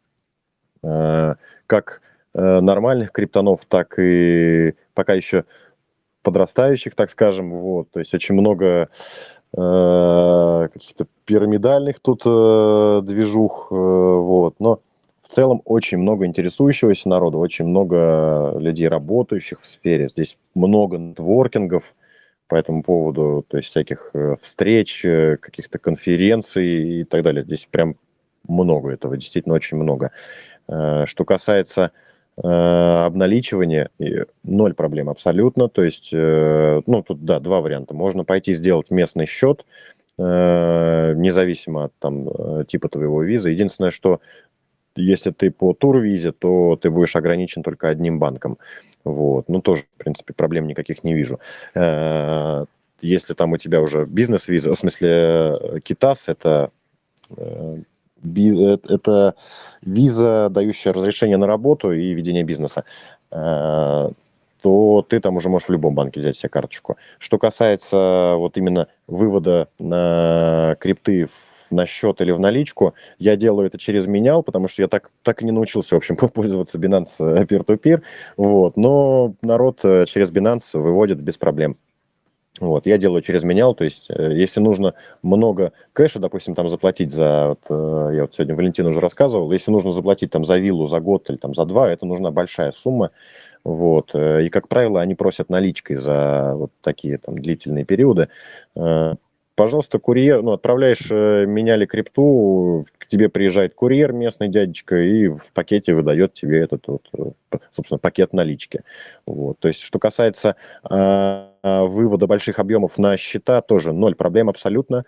как нормальных криптонов, так и пока еще подрастающих, так скажем. Вот. То есть очень много каких-то пирамидальных тут движух. Вот. Но в целом очень много интересующегося народа, очень много людей, работающих в сфере. Здесь много нетворкингов по этому поводу, то есть всяких встреч, каких-то конференций и так далее. Здесь прям много этого, действительно очень много. Что касается обналичивания, ноль проблем абсолютно. То есть, ну, тут, да, два варианта. Можно пойти сделать местный счет, независимо от там, типа твоего виза. Единственное, что если ты по турвизе, то ты будешь ограничен только одним банком. Вот. Ну, тоже, в принципе, проблем никаких не вижу. Если там у тебя уже бизнес-виза, в смысле КИТАС, это виза, дающая разрешение на работу и ведение бизнеса, то ты там уже можешь в любом банке взять себе карточку. Что касается вот именно вывода на крипты на счет или в наличку, я делаю это через менял, потому что я так и не научился, в общем, пользоваться Binance Peer-to-Peer, вот, но народ через Binance выводит без проблем. Вот, я делаю через менял, то есть если нужно много кэша, допустим, там заплатить за, я вот сегодня Валентину уже рассказывал, если нужно заплатить там за виллу за год или там за два, это нужна большая сумма, вот, и, как правило, они просят наличкой за вот такие там длительные периоды. Пожалуйста, курьер, ну, отправляешь меняли крипту, к тебе приезжает курьер, местный дядечка, и в пакете выдает тебе этот вот, собственно, пакет налички. Вот. То есть, что касается вывода больших объемов на счета, тоже ноль проблем абсолютно.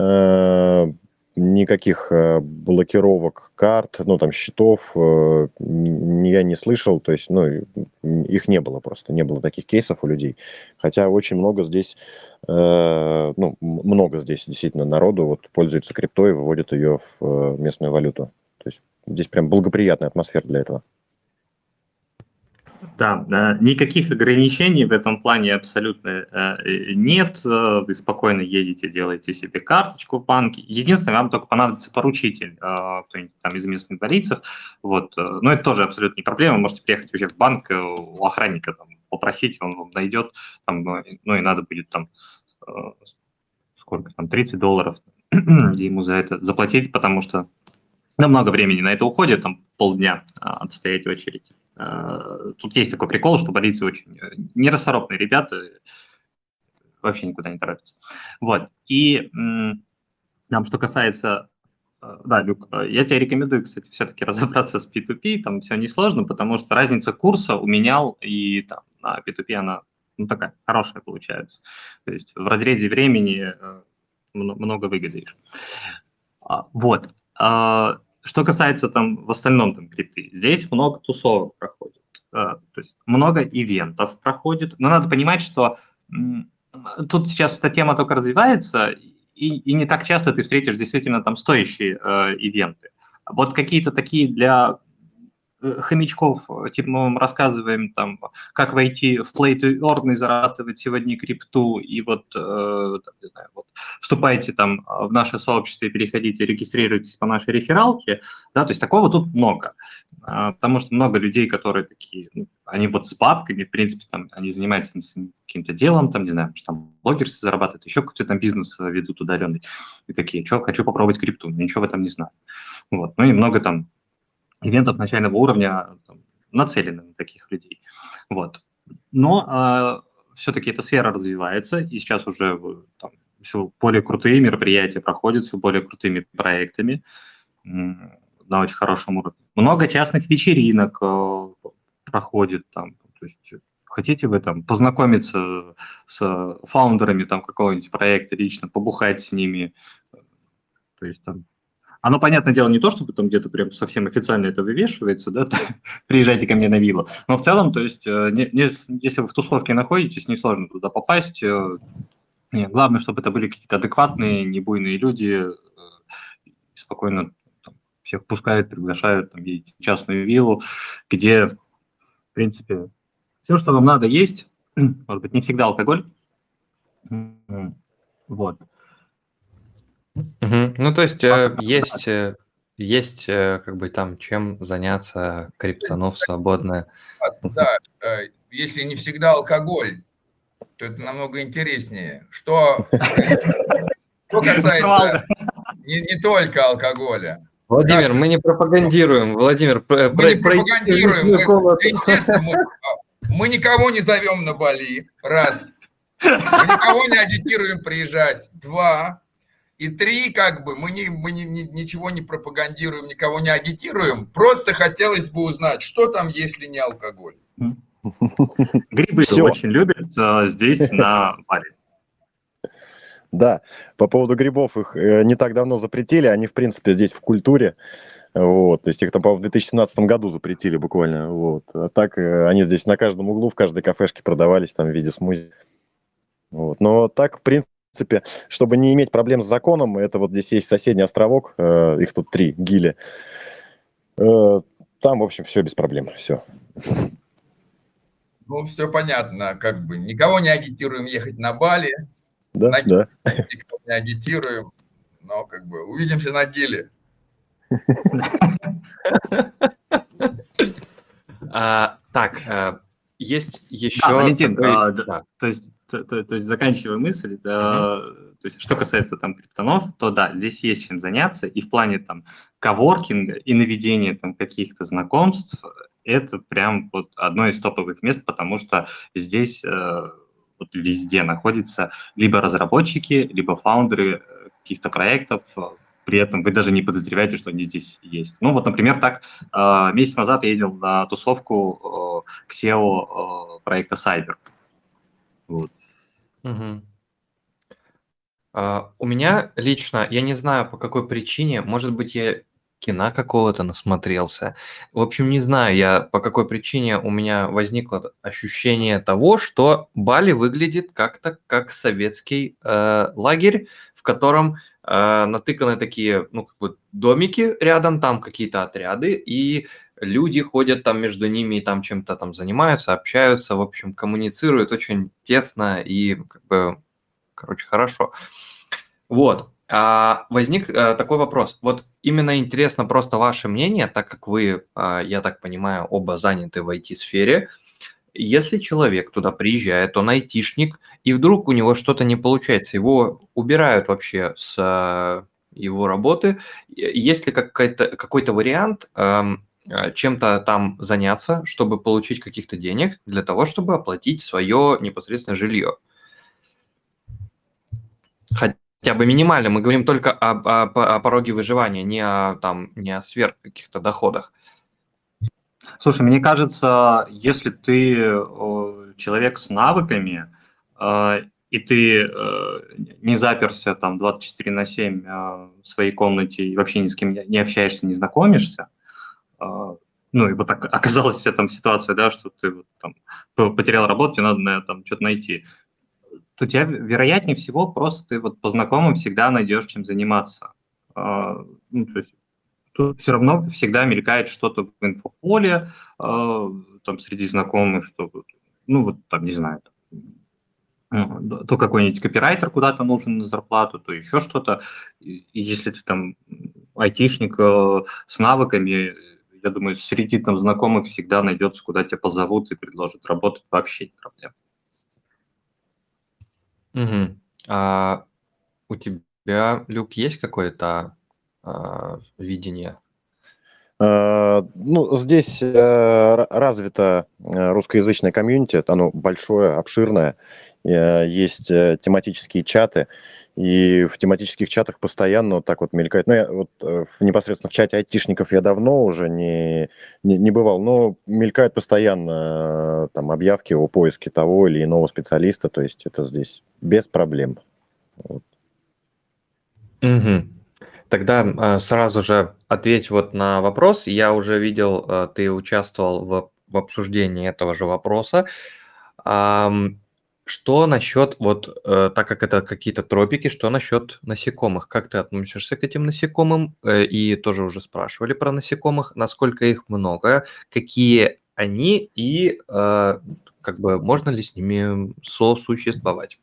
Никаких блокировок карт, ну, там, счетов я не слышал, то есть, ну, их не было просто, не было таких кейсов у людей. Хотя очень много здесь, ну, много здесь действительно народу вот пользуется криптой и выводит ее в местную валюту. То есть здесь прям благоприятная атмосфера для этого. Да, никаких ограничений в этом плане абсолютно нет. Вы спокойно едете, делаете себе карточку в банке. Единственное, вам только понадобится поручитель, кто-нибудь там из местных полицейов. Вот. Но это тоже абсолютно не проблема. Вы можете приехать вообще в банк, у охранника там, попросить, он вам найдет. Там, ну и надо будет там, сколько там, $30 ему за это заплатить, потому что много времени на это уходит, там полдня отстоять в очередь. Тут есть такой прикол, что полиция очень нерасторопные ребята, вообще никуда не торопятся. Вот. И там, что касается... Да, Люк, я тебе рекомендую, кстати, все-таки разобраться с P2P, там все несложно, потому что разница курса у менял и там на P2P она ну, такая хорошая получается. То есть в разрезе времени много выгодаешь. Вот. Что касается там в остальном там крипты, здесь много тусовок проходит, то есть много ивентов проходит, но надо понимать, что тут сейчас эта тема только развивается, и не так часто ты встретишь действительно там стоящие ивенты. Вот какие-то такие для хомячков, типа мы вам рассказываем, там, как войти в Play to Earn и зарабатывать сегодня крипту, и вот, не знаю, вот вступайте там в наше сообщество и переходите, регистрируйтесь по нашей рефералке, да, то есть такого тут много, потому что много людей, которые такие, ну, они вот с папками, в принципе, там, они занимаются там, каким-то делом, там, не знаю, может, там блогерство зарабатывают, еще какой-то там бизнес ведут удаленный, и такие, что, хочу попробовать крипту, ничего в этом не знаю. Вот. Ну и много там ивентов начального уровня там, нацелены на таких людей. Вот. Но все-таки эта сфера развивается, и сейчас уже там, все более крутые мероприятия проходят, все более крутыми проектами на очень хорошем уровне. Много частных вечеринок проходит там. То есть, хотите вы там познакомиться с фаундерами там какого-нибудь проекта лично, побухать с ними, то есть там оно, понятное дело, не то, чтобы там где-то прям совсем официально это вывешивается, да, приезжайте ко мне на виллу, но в целом, то есть, если вы в тусовке находитесь, несложно туда попасть. Главное, чтобы это были какие-то адекватные, не буйные люди, спокойно там, всех пускают, приглашают, там, едете в частную виллу, где, в принципе, все, что вам надо, есть, может быть, не всегда алкоголь, вот. Ну, то есть есть как бы там чем заняться криптону в свободное. Да, если не всегда алкоголь, то это намного интереснее. Что касается не только алкоголя. Владимир, мы не пропагандируем. Владимир, мы не пропагандируем. Естественно, мы никого не зовем на Бали, раз. Мы никого не агитируем приезжать, два. И три, как бы, мы ничего не пропагандируем, никого не агитируем. Просто хотелось бы узнать, что там, если не алкоголь. Грибы очень любят здесь, на Бали. Да, по поводу грибов, их не так давно запретили, они, в принципе, здесь в культуре. Вот, то есть их там, по-моему, в 2017 году запретили буквально. Вот. А так они здесь на каждом углу, в каждой кафешке продавались там в виде смузи. Вот. Но так, в принципе, чтобы не иметь проблем с законом, это вот здесь есть соседний островок, их тут 3, Гили. Там, в общем, все без проблем, все. Ну, все понятно, как бы. Никого не агитируем ехать на Бали. Да, да. Никого не агитируем, но как бы увидимся на Гиле. Так, есть еще... Да, Валентин, то есть заканчивая мысль, то есть, что касается там криптонов, то да, здесь есть чем заняться, и в плане там коворкинга и наведения там каких-то знакомств, это прям вот одно из топовых мест, потому что здесь вот везде находятся либо разработчики, либо фаундеры каких-то проектов, при этом вы даже не подозреваете, что они здесь есть. Ну вот, например, так, месяц назад я ездил на тусовку к SEO проекта Cyber. Вот. У меня лично, я не знаю по какой причине, может быть, я кино какого-то насмотрелся. В общем, не знаю я по какой причине у меня возникло ощущение того, что Бали выглядит как-то как советский лагерь, в котором натыканы такие, ну, как бы домики рядом, там какие-то отряды, и люди ходят там между ними и там чем-то там занимаются, общаются, в общем, коммуницируют очень тесно и, как бы, короче, хорошо. Вот. Возник такой вопрос. Вот именно интересно просто ваше мнение, так как вы, я так понимаю, оба заняты в IT-сфере. Если человек туда приезжает, он айтишник, и вдруг у него что-то не получается, его убирают вообще с его работы, есть ли какой-то вариант чем-то там заняться, чтобы получить каких-то денег для того, чтобы оплатить свое непосредственно жилье? Хотя бы минимально, мы говорим только о пороге выживания, не о сверх каких-то доходах. Слушай, мне кажется, если ты человек с навыками, и ты не заперся там 24/7 в своей комнате и вообще ни с кем не общаешься, не знакомишься, ну, и вот так оказалась вся там ситуация, да, что ты вот, там, потерял работу, тебе надо там что-то найти, то тебя, вероятнее всего, просто ты вот по знакомым всегда найдешь чем заниматься. Ну, то есть тут все равно всегда мелькает что-то в инфополе, там среди знакомых, что, ну вот там, не знаю, то какой-нибудь копирайтер куда-то нужен на зарплату, то еще что-то. И если ты там айтишник с навыками, я думаю, среди там знакомых всегда найдется, куда тебя позовут и предложат работать, вообще не проблема. Мгм. А у тебя, Люк, есть какое-то видение? Ну, здесь развито русскоязычное комьюнити, оно большое, обширное, есть тематические чаты, и в тематических чатах постоянно вот так вот мелькает. Ну, я вот непосредственно в чате айтишников я давно уже не бывал, но мелькают постоянно там объявки о поиске того или иного специалиста, то есть это здесь без проблем. Вот. Мгм. Тогда сразу же ответь вот на вопрос. Я уже видел, ты участвовал в обсуждении этого же вопроса. Что насчет, вот так как это какие-то тропики, что насчет насекомых? Как ты относишься к этим насекомым? И тоже уже спрашивали про насекомых, насколько их много, какие они и как бы можно ли с ними сосуществовать?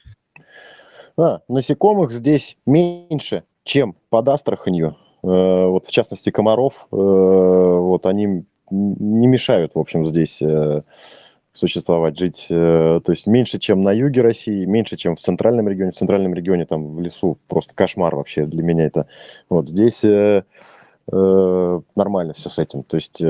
Насекомых здесь меньше, чем под Астраханью. Вот в частности комаров, вот они не мешают, в общем, здесь существовать, жить. То есть меньше, чем на юге России, меньше, чем в центральном регионе. В центральном регионе там в лесу просто кошмар вообще для меня это. Вот здесь нормально все с этим. То есть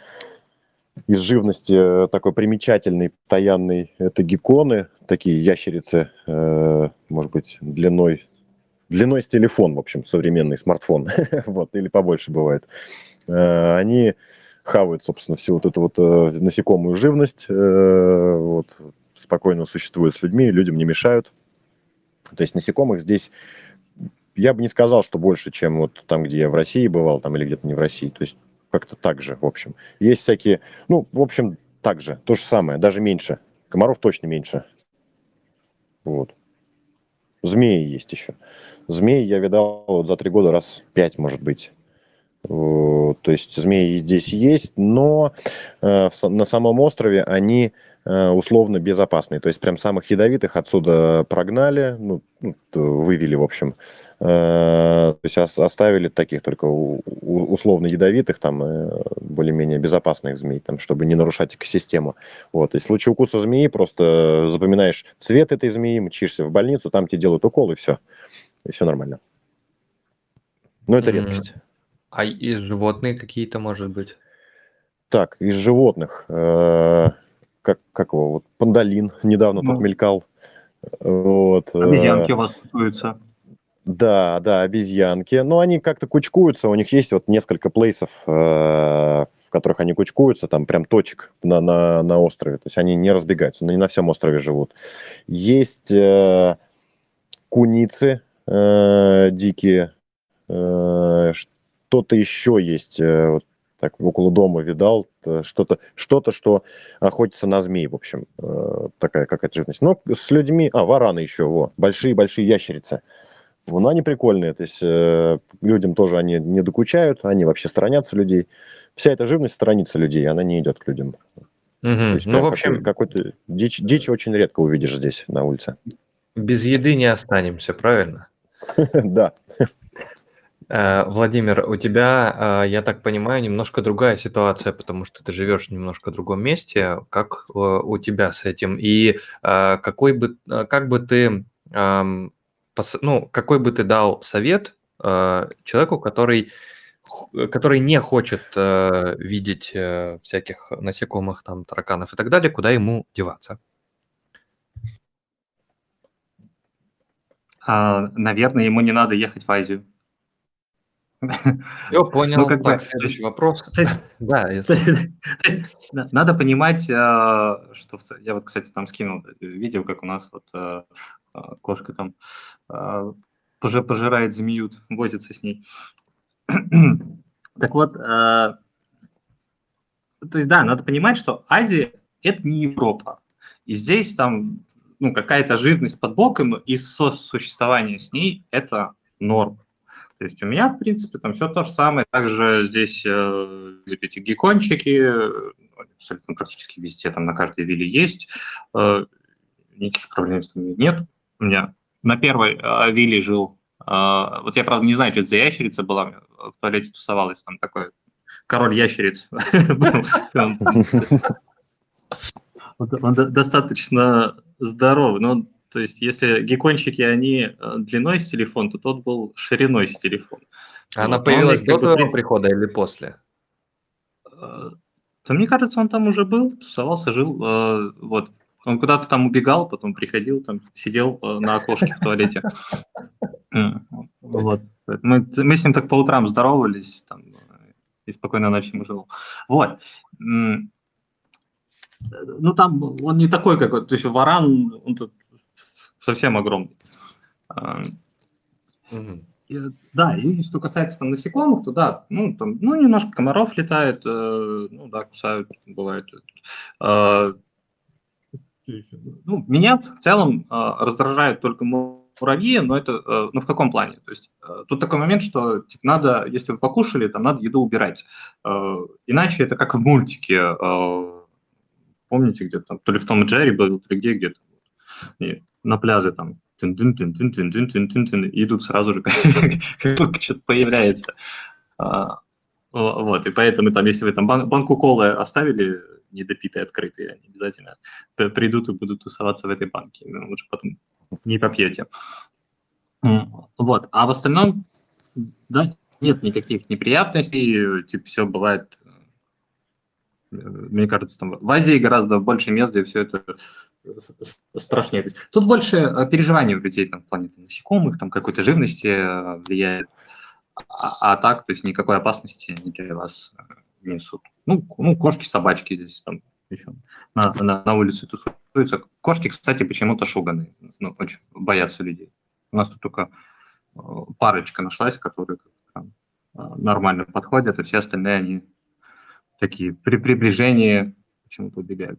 из живности такой примечательный, постоянный, это гекконы, такие ящерицы, может быть, длиной с телефон, в общем, современный смартфон, вот, или побольше бывает. Они хавают, собственно, всю вот эту вот насекомую живность, вот, спокойно существуют с людьми, людям не мешают. То есть насекомых здесь, я бы не сказал, что больше, чем вот там, где я в России бывал, там, или где-то не в России. То есть как-то так же, в общем. Есть всякие, ну, в общем, так же, то же самое, даже меньше. Комаров точно меньше. Вот. Змеи есть еще. Змеи я видал вот за 3 года раз 5, может быть. То есть змеи здесь есть, но на самом острове они условно безопасные. То есть прям самых ядовитых отсюда прогнали, вывели, в общем. То есть оставили таких только условно ядовитых, там более-менее безопасных змей, там, чтобы не нарушать экосистему. Вот. И в случае укуса змеи просто запоминаешь цвет этой змеи, мчишься в больницу, там тебе делают укол, и все. И все нормально. Но это редкость. А из животных какие-то, может быть? Так, из животных, как его, вот пандалин недавно тут мелькал. Вот, Обезьянки у вас тусуются. Да, обезьянки. Но они как-то кучкуются, у них есть вот несколько плейсов, в которых они кучкуются, там прям точек на острове. То есть они не разбегаются, но не на всем острове живут. Есть куницы дикие, что-то еще есть, вот так около дома видал, что-то, что охотится на змей, в общем, такая какая-то живность. Но с людьми, вараны еще, большие-большие ящерицы. Ну, они прикольные, то есть людям тоже они не докучают, они вообще сторонятся людей. Вся эта живность сторонится людей, она не идет к людям. То есть Ну, в общем, какой-то дичь очень редко увидишь здесь на улице. без еды не останемся, правильно? Да. Владимир, у тебя, я так понимаю, немножко другая ситуация, потому что ты живешь в немножко другом месте. Как у тебя с этим? И как бы ты, какой бы ты дал совет человеку, который не хочет видеть всяких насекомых, там, тараканов и так далее, куда ему деваться? Наверное, ему не надо ехать в Азию. Все, понял. Ну, как бы, Так, следующий вопрос. то есть- Да, Надо понимать, что я вот, кстати, там скинул видео, как у нас вот кошка там пожирает змею, возится с ней. Так вот, то есть, да, надо понимать, что Азия – это не Европа. И здесь там какая-то живность под боком, и сосуществование с ней – это норм. То есть у меня, в принципе, там все то же самое. Также здесь эти геккончики, абсолютно практически везде, там на каждой вилле есть. Никаких проблем с ними нет. У меня на первой вилле жил, вот я, правда, не знаю, что это за ящерица была, в туалете тусовалась, там такой король ящериц. Он достаточно здоровый, но то есть если геккончики, они длиной с телефон, то тот был шириной с телефон. Она Вот. появилась до как бы, твоего прихода или после? То мне кажется, он там уже был, тусовался, жил. Вот. Он куда-то там убегал, потом приходил, там сидел на окошке в туалете. Вот. Мы с ним так по утрам здоровались, там, и спокойной ночи ему жил. Вот. Ну, там он не такой, как... То есть варан, он тут совсем огромный. Да, и что касается там насекомых, то да, ну, там, ну, немножко комаров летает, ну, да, кусают, бывает. Ну, меня в целом раздражают только муравьи, но это, ну, в каком плане? То есть тут такой момент, что типа, надо, если вы покушали, там надо еду убирать. Иначе это как в мультике, помните, где-то там, то ли в Том и Джерри был, то ли где-то, на пляже там, и идут сразу же, как только что-то появляется. Вот, и поэтому там, если вы там банку колы оставили недопитые, открытые, они обязательно придут и будут тусоваться в этой банке. Лучше потом не попьете. Вот, а в остальном, да, нет никаких неприятностей, типа все бывает, мне кажется, там в Азии гораздо больше мест, где все это страшнее. Тут больше переживаний у людей там, в плане там, насекомых, там какой-то живности влияет. А так, то есть никакой опасности они для вас не несут. Ну, кошки, собачки здесь там еще на улице тусуются. Кошки, кстати, почему-то шуганые. Ну, очень боятся людей. У нас тут только парочка нашлась, которые там, нормально подходят, а все остальные, они такие при приближении почему-то убегают.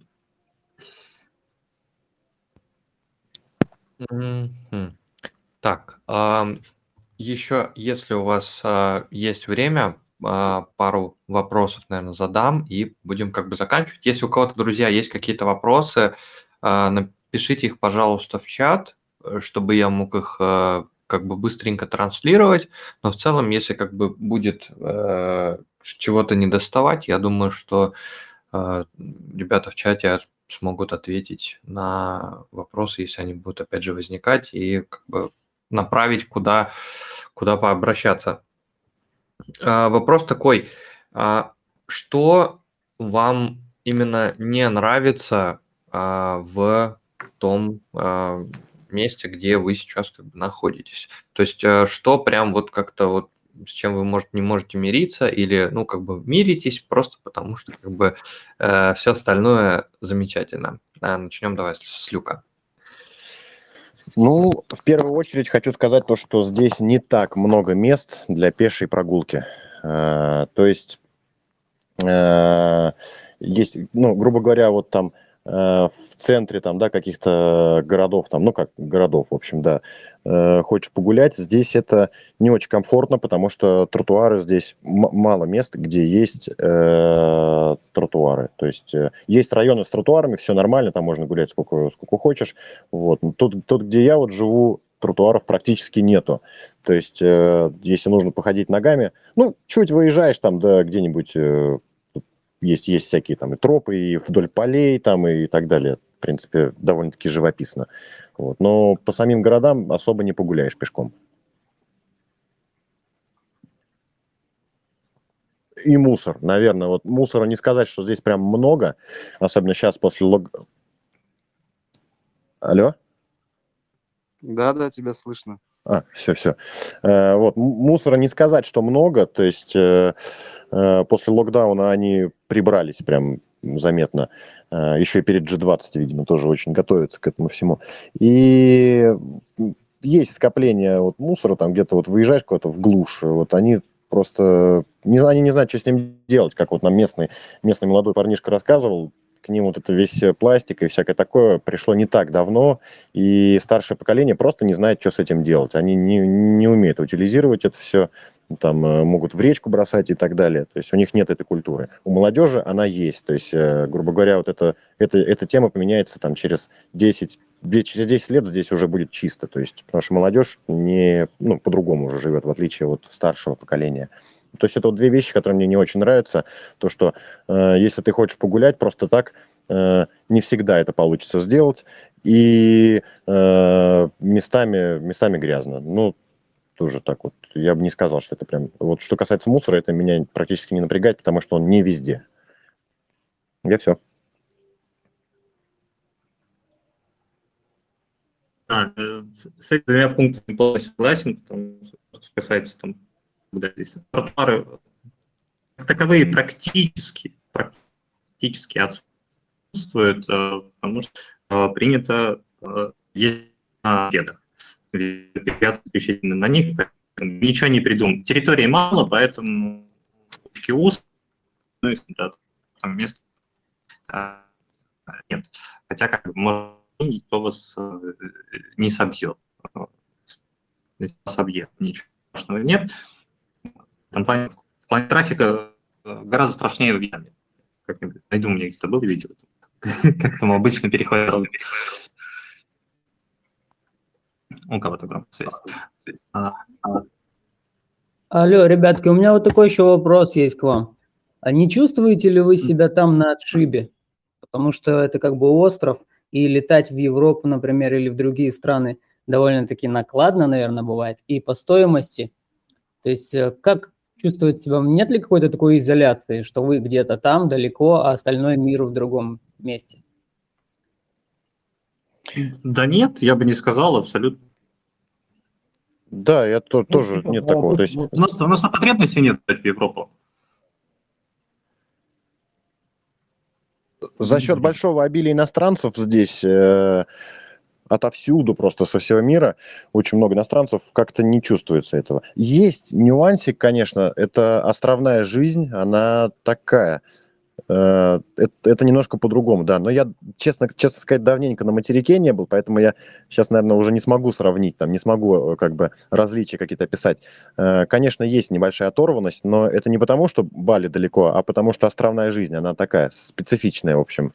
Так, еще, если у вас есть время, пару вопросов, наверное, задам, и будем как бы заканчивать. Если у кого-то, друзья, есть какие-то вопросы, напишите их, пожалуйста, в чат, чтобы я мог их как бы быстренько транслировать. Но в целом, если как бы будет чего-то недоставать, я думаю, что ребята в чате смогут ответить на вопросы, если они будут опять же возникать, и как бы направить, куда пообращаться. Вопрос такой, что вам именно не нравится в том месте, где вы сейчас как бы находитесь? То есть что прям вот как-то вот с чем вы, может, не можете мириться или, ну, как бы миритесь просто потому, что как бы все остальное замечательно. Начнем давай с Люка. Ну, в первую очередь хочу сказать то, что здесь не так много мест для пешей прогулки. То есть есть, ну, грубо говоря, вот там в центре там, да, каких-то городов, там, ну, как городов, в общем, да, хочешь погулять, здесь это не очень комфортно, потому что тротуары здесь мало мест, где есть тротуары. То есть есть районы с тротуарами, все нормально, там можно гулять сколько хочешь. Вот. Тут, где я вот живу, тротуаров практически нету. То есть если нужно походить ногами, ну, чуть выезжаешь там, да, где-нибудь... Есть всякие там и тропы, и вдоль полей там, и так далее. В принципе, довольно-таки живописно. Вот. Но по самим городам особо не погуляешь пешком. И мусор, наверное. Вот мусора не сказать, что здесь прям много. Особенно сейчас после Алло? Да, тебя слышно. Все. Вот, мусора не сказать, что много. То есть после локдауна они прибрались прям заметно. Еще и перед G20, видимо, тоже очень готовятся к этому всему. И есть скопление вот мусора, там где-то вот выезжаешь куда-то в глушь, вот они просто... они не знают, что с ним делать, как вот нам местный молодой парнишка рассказывал, к ним вот это весь пластик и всякое такое пришло не так давно, и старшее поколение просто не знает, что с этим делать. Они не умеют утилизировать это все, там могут в речку бросать и так далее. То есть у них нет этой культуры. У молодежи она есть. То есть, грубо говоря, вот эта тема поменяется там через 10 лет здесь уже будет чисто. То есть, потому что молодежь по-другому уже живет, в отличие от старшего поколения. То есть это вот две вещи, которые мне не очень нравятся. То, что если ты хочешь погулять просто так, не всегда это получится сделать. И местами грязно. Ну, тоже так вот. Я бы не сказал, что это прям... Вот что касается мусора, это меня практически не напрягает, потому что он не везде. Я все. С этими двумя пунктами полностью согласен, потому что касается там, когда здесь тротуары, как таковые практически отсутствуют, потому что принято ездить на велосипедах. Исключительно на них, поэтому ничего не придумал. Территории мало, поэтому улочки узкие, ну, и там мест нет. Хотя, как бы, может, никто вас не собьет. Собьет, ничего страшного нет. В плане трафика гораздо страшнее в Вьетнаме. Как-нибудь найду, у меня где-то было видео, как там обычно переходят. У кого-то громкая связь. Алло, ребятки, у меня вот такой еще вопрос есть к вам. А не чувствуете ли вы себя там на отшибе? Потому что это как бы остров, и летать в Европу, например, или в другие страны довольно-таки накладно, наверное, бывает, и по стоимости. То есть как чувствовать себя? Нет ли какой-то такой изоляции, что вы где-то там далеко, а остальной мир в другом месте? Да нет, я бы не сказал, абсолютно. Да, я тоже нет такого. То есть У нас потребности нет в Европу. за счет большого обилия иностранцев здесь отовсюду, просто со всего мира, очень много иностранцев, как-то не чувствуется этого. Есть нюансик, конечно, это островная жизнь, она такая. Это немножко по-другому, да. Но я, честно сказать, давненько на материке не был, поэтому я сейчас, наверное, уже не смогу сравнить, там, не смогу как бы различия какие-то описать. Конечно, есть небольшая оторванность, но это не потому, что Бали далеко, а потому что островная жизнь, она такая специфичная, в общем.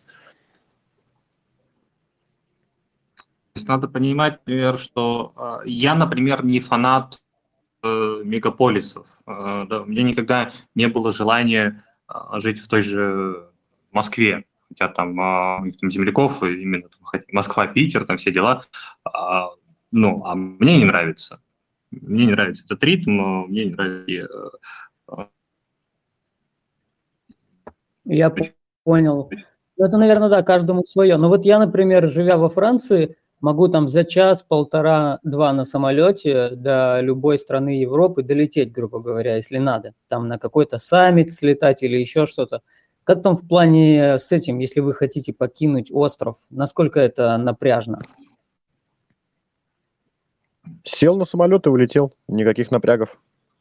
То есть надо понимать, например, что я, например, не фанат мегаполисов. Да, у меня никогда не было желания жить в той же Москве, хотя там у них там земляков, именно там, Москва, Питер, там все дела. Ну, а мне не нравится. Мне не нравится этот ритм, мне не нравится... Я понял. Ну, это, наверное, да, каждому свое. Но вот я, например, живя во Франции, могу там за час, полтора-два на самолете до любой страны Европы долететь, грубо говоря, если надо. Там на какой-то саммит слетать или еще что-то. Как там в плане с этим, если вы хотите покинуть остров, насколько это напряжно? Сел на самолет и улетел, никаких напрягов.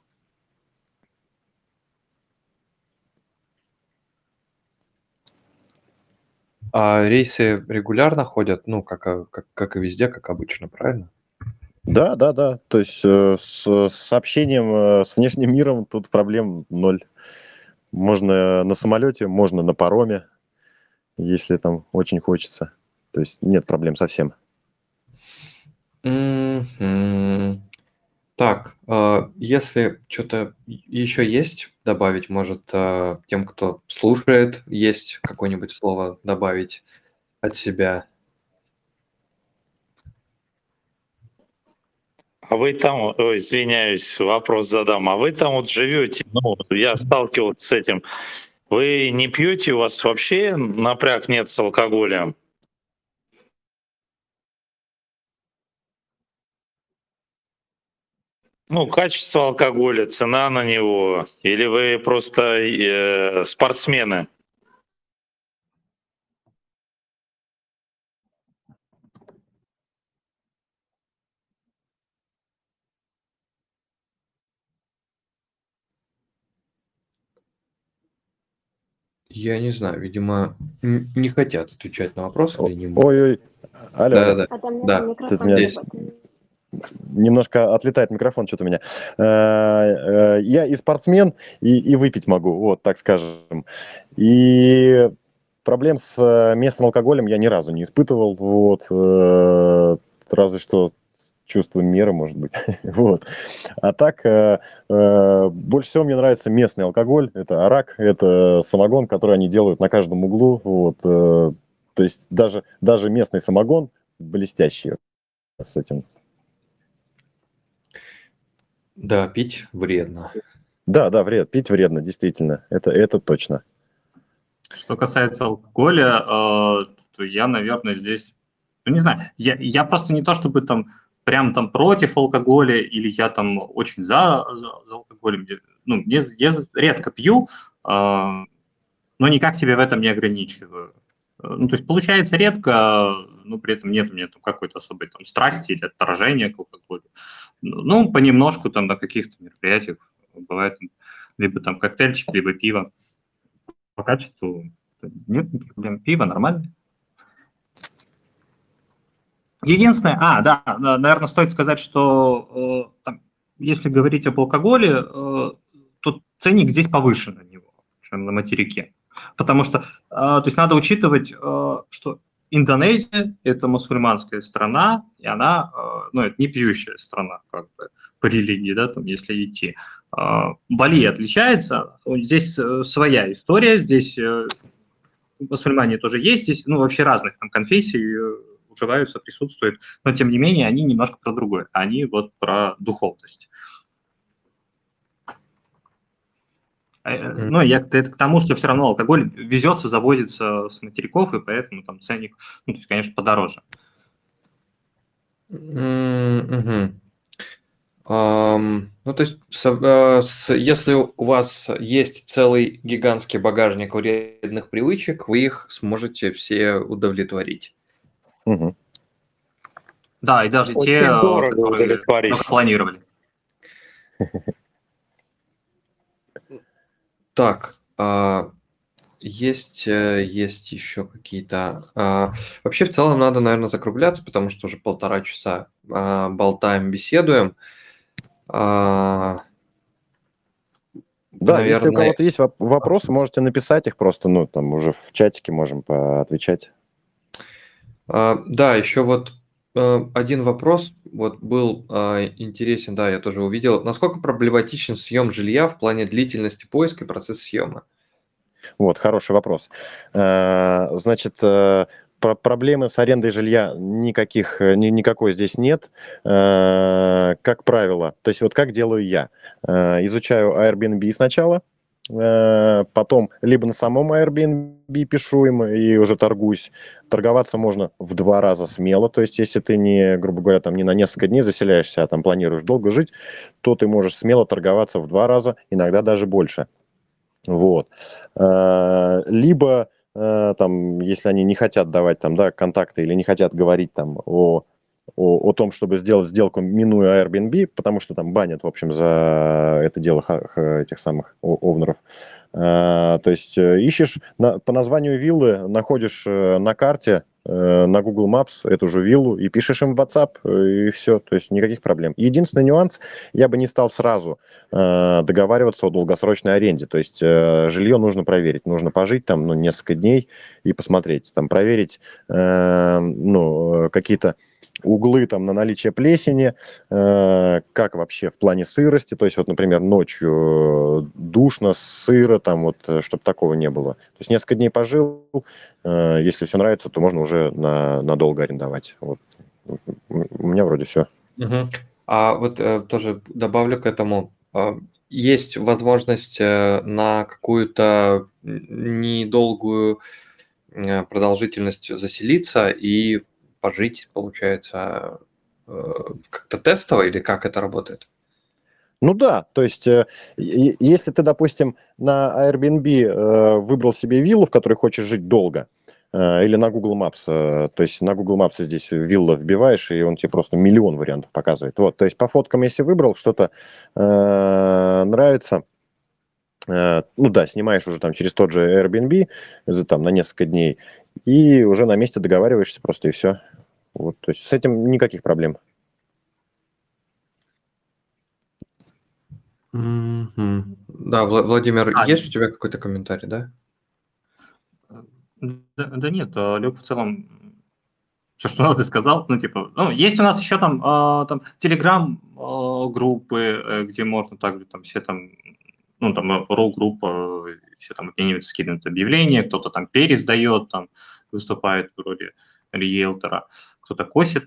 А рейсы регулярно ходят, ну, как и везде, как обычно, правильно? Да. То есть с общением с внешним миром тут проблем ноль. Можно на самолете, можно на пароме, если там очень хочется. То есть нет проблем совсем. Мгм. Так, если что-то еще есть добавить, может, тем, кто слушает, есть какое-нибудь слово добавить от себя? А вы там, ой, извиняюсь, вопрос задам. А вы там вот живете, ну, вот я сталкивался с этим. Вы не пьете, у вас вообще напряг нет с алкоголем? Ну, качество алкоголя, цена на него, или вы просто спортсмены? Я не знаю, видимо, не хотят отвечать на вопросы или не могут. Ой-ой, алло, Да-да-да. А там Да. микрофон Тут меня Здесь. работает. немножко отлетает микрофон что-то у меня. Я и спортсмен, и выпить могу, вот, так скажем. И проблем с местным алкоголем я ни разу не испытывал, вот, разве что с чувством меры, может быть, вот. А так, больше всего мне нравится местный алкоголь, это арак, это самогон, который они делают на каждом углу, вот, то есть даже местный самогон блестящий с этим. Да, пить вредно. Да, пить вредно, действительно, это точно. Что касается алкоголя, то я, наверное, здесь, ну, не знаю, я просто не то чтобы там прям там против алкоголя или я там очень за алкоголем. Я редко пью, но никак себя в этом не ограничиваю. Ну, то есть получается редко, но при этом нет у меня там какой-то особой там страсти или отторжения к алкоголю. Ну, понемножку там на каких-то мероприятиях бывает либо там коктейльчик, либо пиво. По качеству нет никаких проблем. Пиво нормально. Единственное, да, наверное, стоит сказать, что там, если говорить об алкоголе, то ценник здесь повыше на него, чем на материке. Потому что, то есть надо учитывать, что Индонезия – это мусульманская страна, и она, ну, это не пьющая страна, как бы, по религии, да, там, если идти. Бали отличается, здесь своя история, здесь мусульмане тоже есть, здесь, ну, вообще разных там конфессий уживаются, присутствуют, но, тем не менее, они немножко про другое, они вот про духовность. Ну, это к тому, что все равно алкоголь везется, завозится с материков, и поэтому там ценник, ну, то есть, конечно, подороже. Ну, то есть, если у вас есть целый гигантский багажник вредных привычек, вы их сможете все удовлетворить. Угу. Да, и даже Очень те, дорого которые удовлетворить. только планировали. Так, есть еще какие-то... Вообще, в целом, надо, наверное, закругляться, потому что уже 1,5 часа болтаем, беседуем. Да, Наверное, если у кого-то есть вопросы, можете написать их просто, ну, там уже в чатике можем поотвечать. Да, еще вот один вопрос вот был интересен, да, я тоже увидел. Насколько проблематичен съем жилья в плане длительности поиска и процесса съема? Вот, хороший вопрос. Значит, проблемы с арендой жилья никакой здесь нет. Как правило, то есть вот как делаю я? Изучаю Airbnb сначала, потом либо на самом Airbnb пишу им и уже торгуюсь. Торговаться можно в 2 раза смело, то есть если ты не, грубо говоря, там не на несколько дней заселяешься, а там планируешь долго жить, то ты можешь смело торговаться в 2 раза, иногда даже больше. Вот. Либо там, если они не хотят давать там, да, контакты или не хотят говорить там о том, чтобы сделать сделку, минуя Airbnb, потому что там банят, в общем, за это дело этих самых овнеров. То есть ищешь по названию виллы, находишь на карте, на Google Maps эту же виллу и пишешь им в WhatsApp, и все, то есть никаких проблем. Единственный нюанс, я бы не стал сразу договариваться о долгосрочной аренде, то есть жилье нужно проверить, нужно пожить там, ну, несколько дней и посмотреть, там, проверить, ну, какие-то углы там на наличие плесени, как вообще в плане сырости, то есть вот, например, ночью душно, сыро, там вот, чтобы такого не было. То есть несколько дней пожил, если все нравится, то можно уже надолго арендовать. Вот. У меня вроде все. Угу. А вот тоже добавлю к этому, есть возможность на какую-то недолгую продолжительность заселиться и пожить, получается, как-то тестово, или как это работает? Ну да, то есть если ты, допустим, на Airbnb выбрал себе виллу, в которой хочешь жить долго, или на Google Maps, то есть на Google Maps здесь вилла вбиваешь, и он тебе просто миллион вариантов показывает. Вот, то есть по фоткам, если выбрал, что-то нравится, ну да, снимаешь уже там через тот же Airbnb там на несколько дней, и уже на месте договариваешься просто, и все. Вот, то есть с этим никаких проблем. Мгм. Да, Владимир, есть у тебя какой-то комментарий, да? Да нет, Люк в целом все, что надо, ты сказал. Ну, типа, ну, есть у нас еще там телеграм-группы, где можно также там все там, ну, там, ролл-группа, все там обмениваются, скидывают объявления, кто-то там пересдает, там, выступает в роли риэлтора, кто-то косит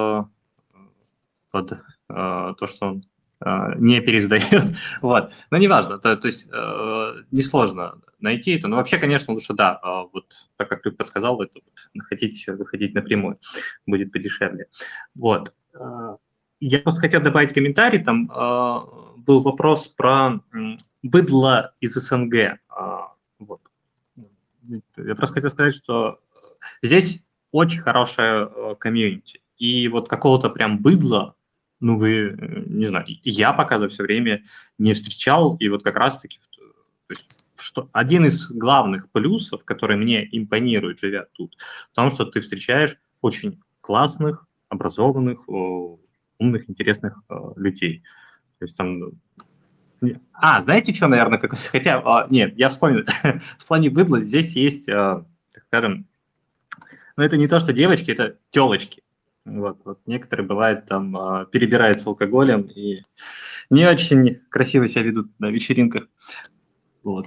под то, что он не пересдает. Вот. Но неважно, то есть несложно найти это. Но вообще, конечно, лучше, да, вот так как ты подсказал, это вот, выходить напрямую, будет подешевле. Вот. Я просто хотел добавить комментарий, там был вопрос про быдло из СНГ. Вот. Я просто хотел сказать, что здесь очень хорошая комьюнити, и вот какого-то прям быдла, ну, вы, не знаю, я пока за все время не встречал, и вот как раз-таки, то есть, что один из главных плюсов, который мне импонирует, живя тут, в том, что ты встречаешь очень классных, образованных, умных, интересных людей. То есть там... знаете, что, наверное, хотя, нет, я вспомнил, в плане быдла здесь есть, так скажем, но это не то, что девочки, это телочки. Вот некоторые, бывает, там перебирают с алкоголем и не очень красиво себя ведут на вечеринках. Вот.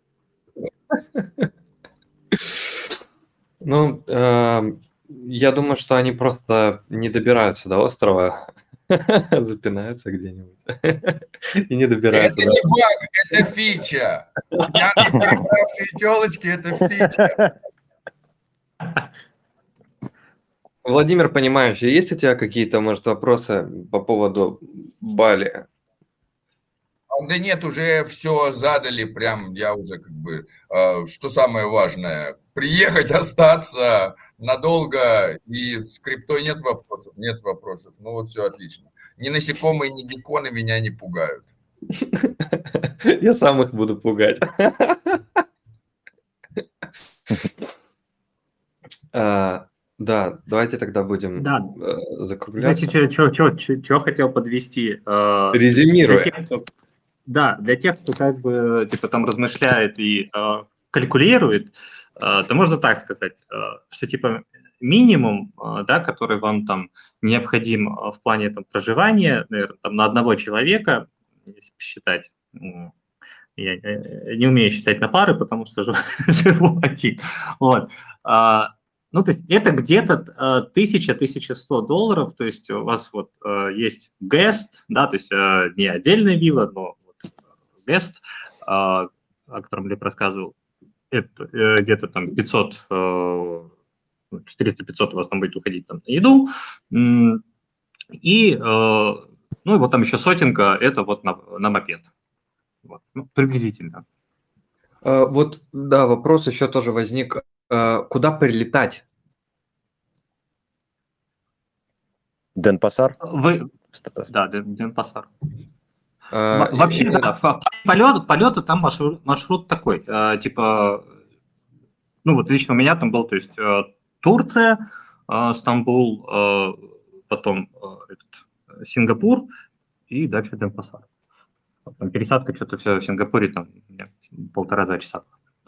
Ну, я думаю, что они просто не добираются до острова, запинаются где-нибудь и не добираются. Это не баг, это фича. Пьяные перебравшие телочки – это фича. Владимир, понимающий, есть у тебя какие-то, может, вопросы по поводу Бали? Да нет, уже все задали, прям я уже как бы, что самое важное, приехать, остаться надолго, и с криптой нет вопросов, ну вот все отлично. Ни насекомые, ни гекконы меня не пугают. Я сам их буду пугать. Да, давайте тогда будем закругляться. Знаете, что хотел подвести? Резюмируя. Для тех, кто как бы типа там размышляет и калькулирует, то можно так сказать, что типа минимум, да, который вам там необходим в плане там проживания, наверное, там на одного человека, если посчитать, я не умею считать на пары, потому что живу один. Вот. Ну, то есть это где-то $1000-1100, то есть у вас вот есть guest, да, то есть не отдельная вилла, но вот guest, о котором Лев рассказывал, это где-то там 400-500 у вас там будет уходить там на еду, и, ну, и вот там еще сотенка, это вот на мопед. Вот, ну, приблизительно. Вот, да, вопрос еще тоже возник. Куда прилетать? Денпасар? Да, Денпасар. Вообще, да, полета там маршрут такой, типа, ну вот лично у меня там был, то есть Турция, Стамбул, потом Сингапур и дальше Денпасар. Там пересадка, что-то все в Сингапуре, там 1,5-2 часа.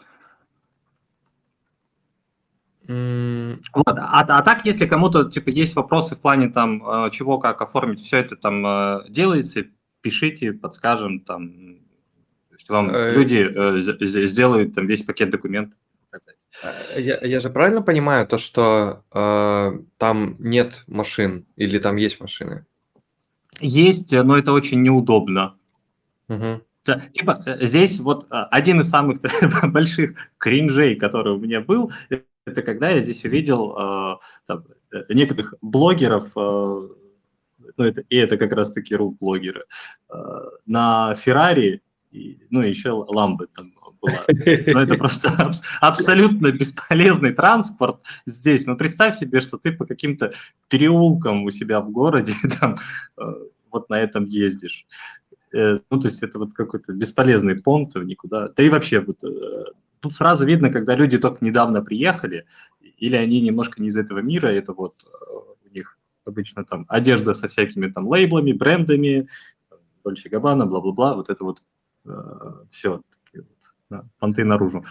Вот. А так, если кому-то типа есть вопросы в плане там чего, как оформить, все это там делается, пишите, подскажем, там, то есть вам люди сделают там весь пакет документов. Я же правильно понимаю то, что там нет машин или там есть машины? Есть, но это очень неудобно. Угу. Типа здесь вот один из самых больших кринжей, который у меня был, это когда я здесь увидел там, некоторых блогеров, это как раз-таки блогеры, на Феррари, ну и еще Ламбо там была. Но это просто абсолютно бесполезный транспорт здесь. Но представь себе, что ты по каким-то переулкам у себя в городе там вот на этом ездишь. Ну, то есть это вот какой-то бесполезный понт никуда. Да и вообще, вот, тут сразу видно, когда люди только недавно приехали, или они немножко не из этого мира, это вот у них обычно там одежда со всякими там лейблами, брендами, Дольче Габбана, бла-бла-бла, вот это вот все, да, понты наружу.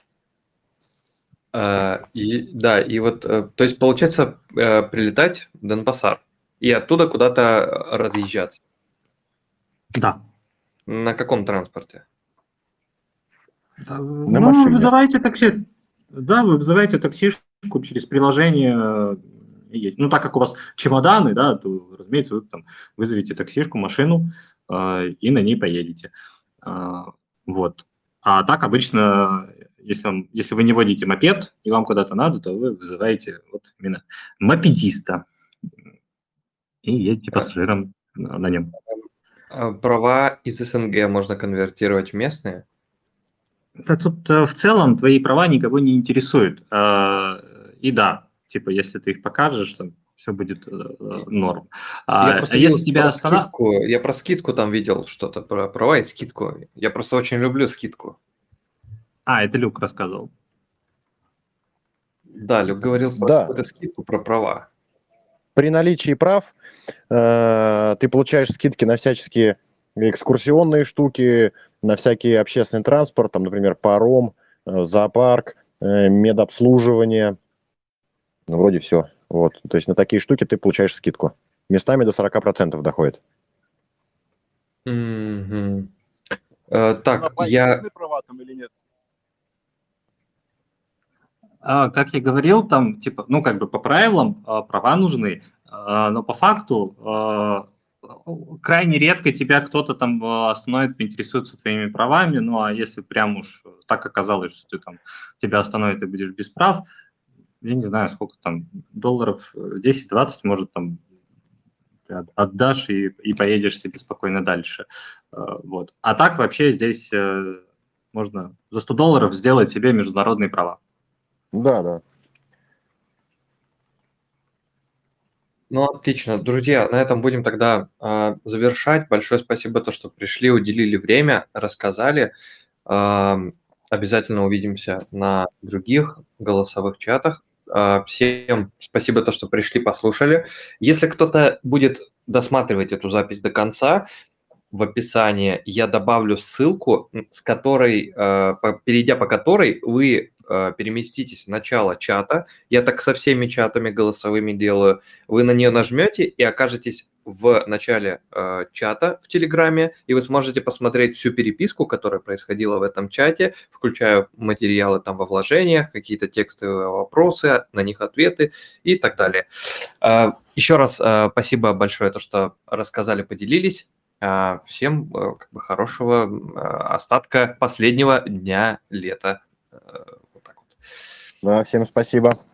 И вот, то есть получается прилетать в Денпасар и оттуда куда-то разъезжаться. Да. На каком транспорте? На Ну, машине. вызывайте такси. Да, вы вызываете таксишку через приложение. Ну, так как у вас чемоданы, да, то, разумеется, вы там вызовете таксишку, машину и на ней поедете. Вот. А так обычно, если вы не водите мопед и вам куда-то надо, то вы вызываете вот именно мопедиста и едете пассажиром на нем. Права из СНГ можно конвертировать в местные? Да тут в целом твои права никого не интересуют. И да, типа, если ты их покажешь, там все будет норм. Я просто если видел тебя про скидку, я про скидку там видел что-то, про права и скидку. Я просто очень люблю скидку. это Люк рассказывал. Да, Люк говорил про Да. какую-то скидку, про права. При наличии прав ты получаешь скидки на всяческие экскурсионные штуки, на всякий общественный транспорт, там, например, паром, зоопарк, медобслуживание. Ну, вроде все. Вот. То есть на такие штуки ты получаешь скидку. Местами до 40% доходит. Мгм. Так, я... права там или нет? Как я говорил, там, типа, ну, как бы по правилам права нужны, но по факту крайне редко тебя кто-то там остановит, поинтересуется твоими правами, ну, а если прям уж так оказалось, что тебя остановят и будешь без прав, я не знаю, сколько там, долларов 10-20, может, там, отдашь и поедешь себе спокойно дальше. Вот. А так вообще здесь можно за $100 сделать себе международные права. Да. Ну, отлично. Друзья, на этом будем тогда завершать. Большое спасибо, то, что пришли, уделили время, рассказали. Обязательно увидимся на других голосовых чатах. Всем спасибо, то, что пришли, послушали. Если кто-то будет досматривать эту запись до конца, в описании я добавлю ссылку, с которой, перейдя по которой вы переместитесь в начало чата. Я так со всеми чатами голосовыми делаю. Вы на нее нажмете и окажетесь в начале чата в Телеграме, и вы сможете посмотреть всю переписку, которая происходила в этом чате, включая материалы там во вложениях, какие-то текстовые вопросы, на них ответы и так далее. Еще раз спасибо большое, то, что рассказали, поделились. Всем как бы хорошего остатка последнего дня лета. Вот так вот. Да, всем спасибо.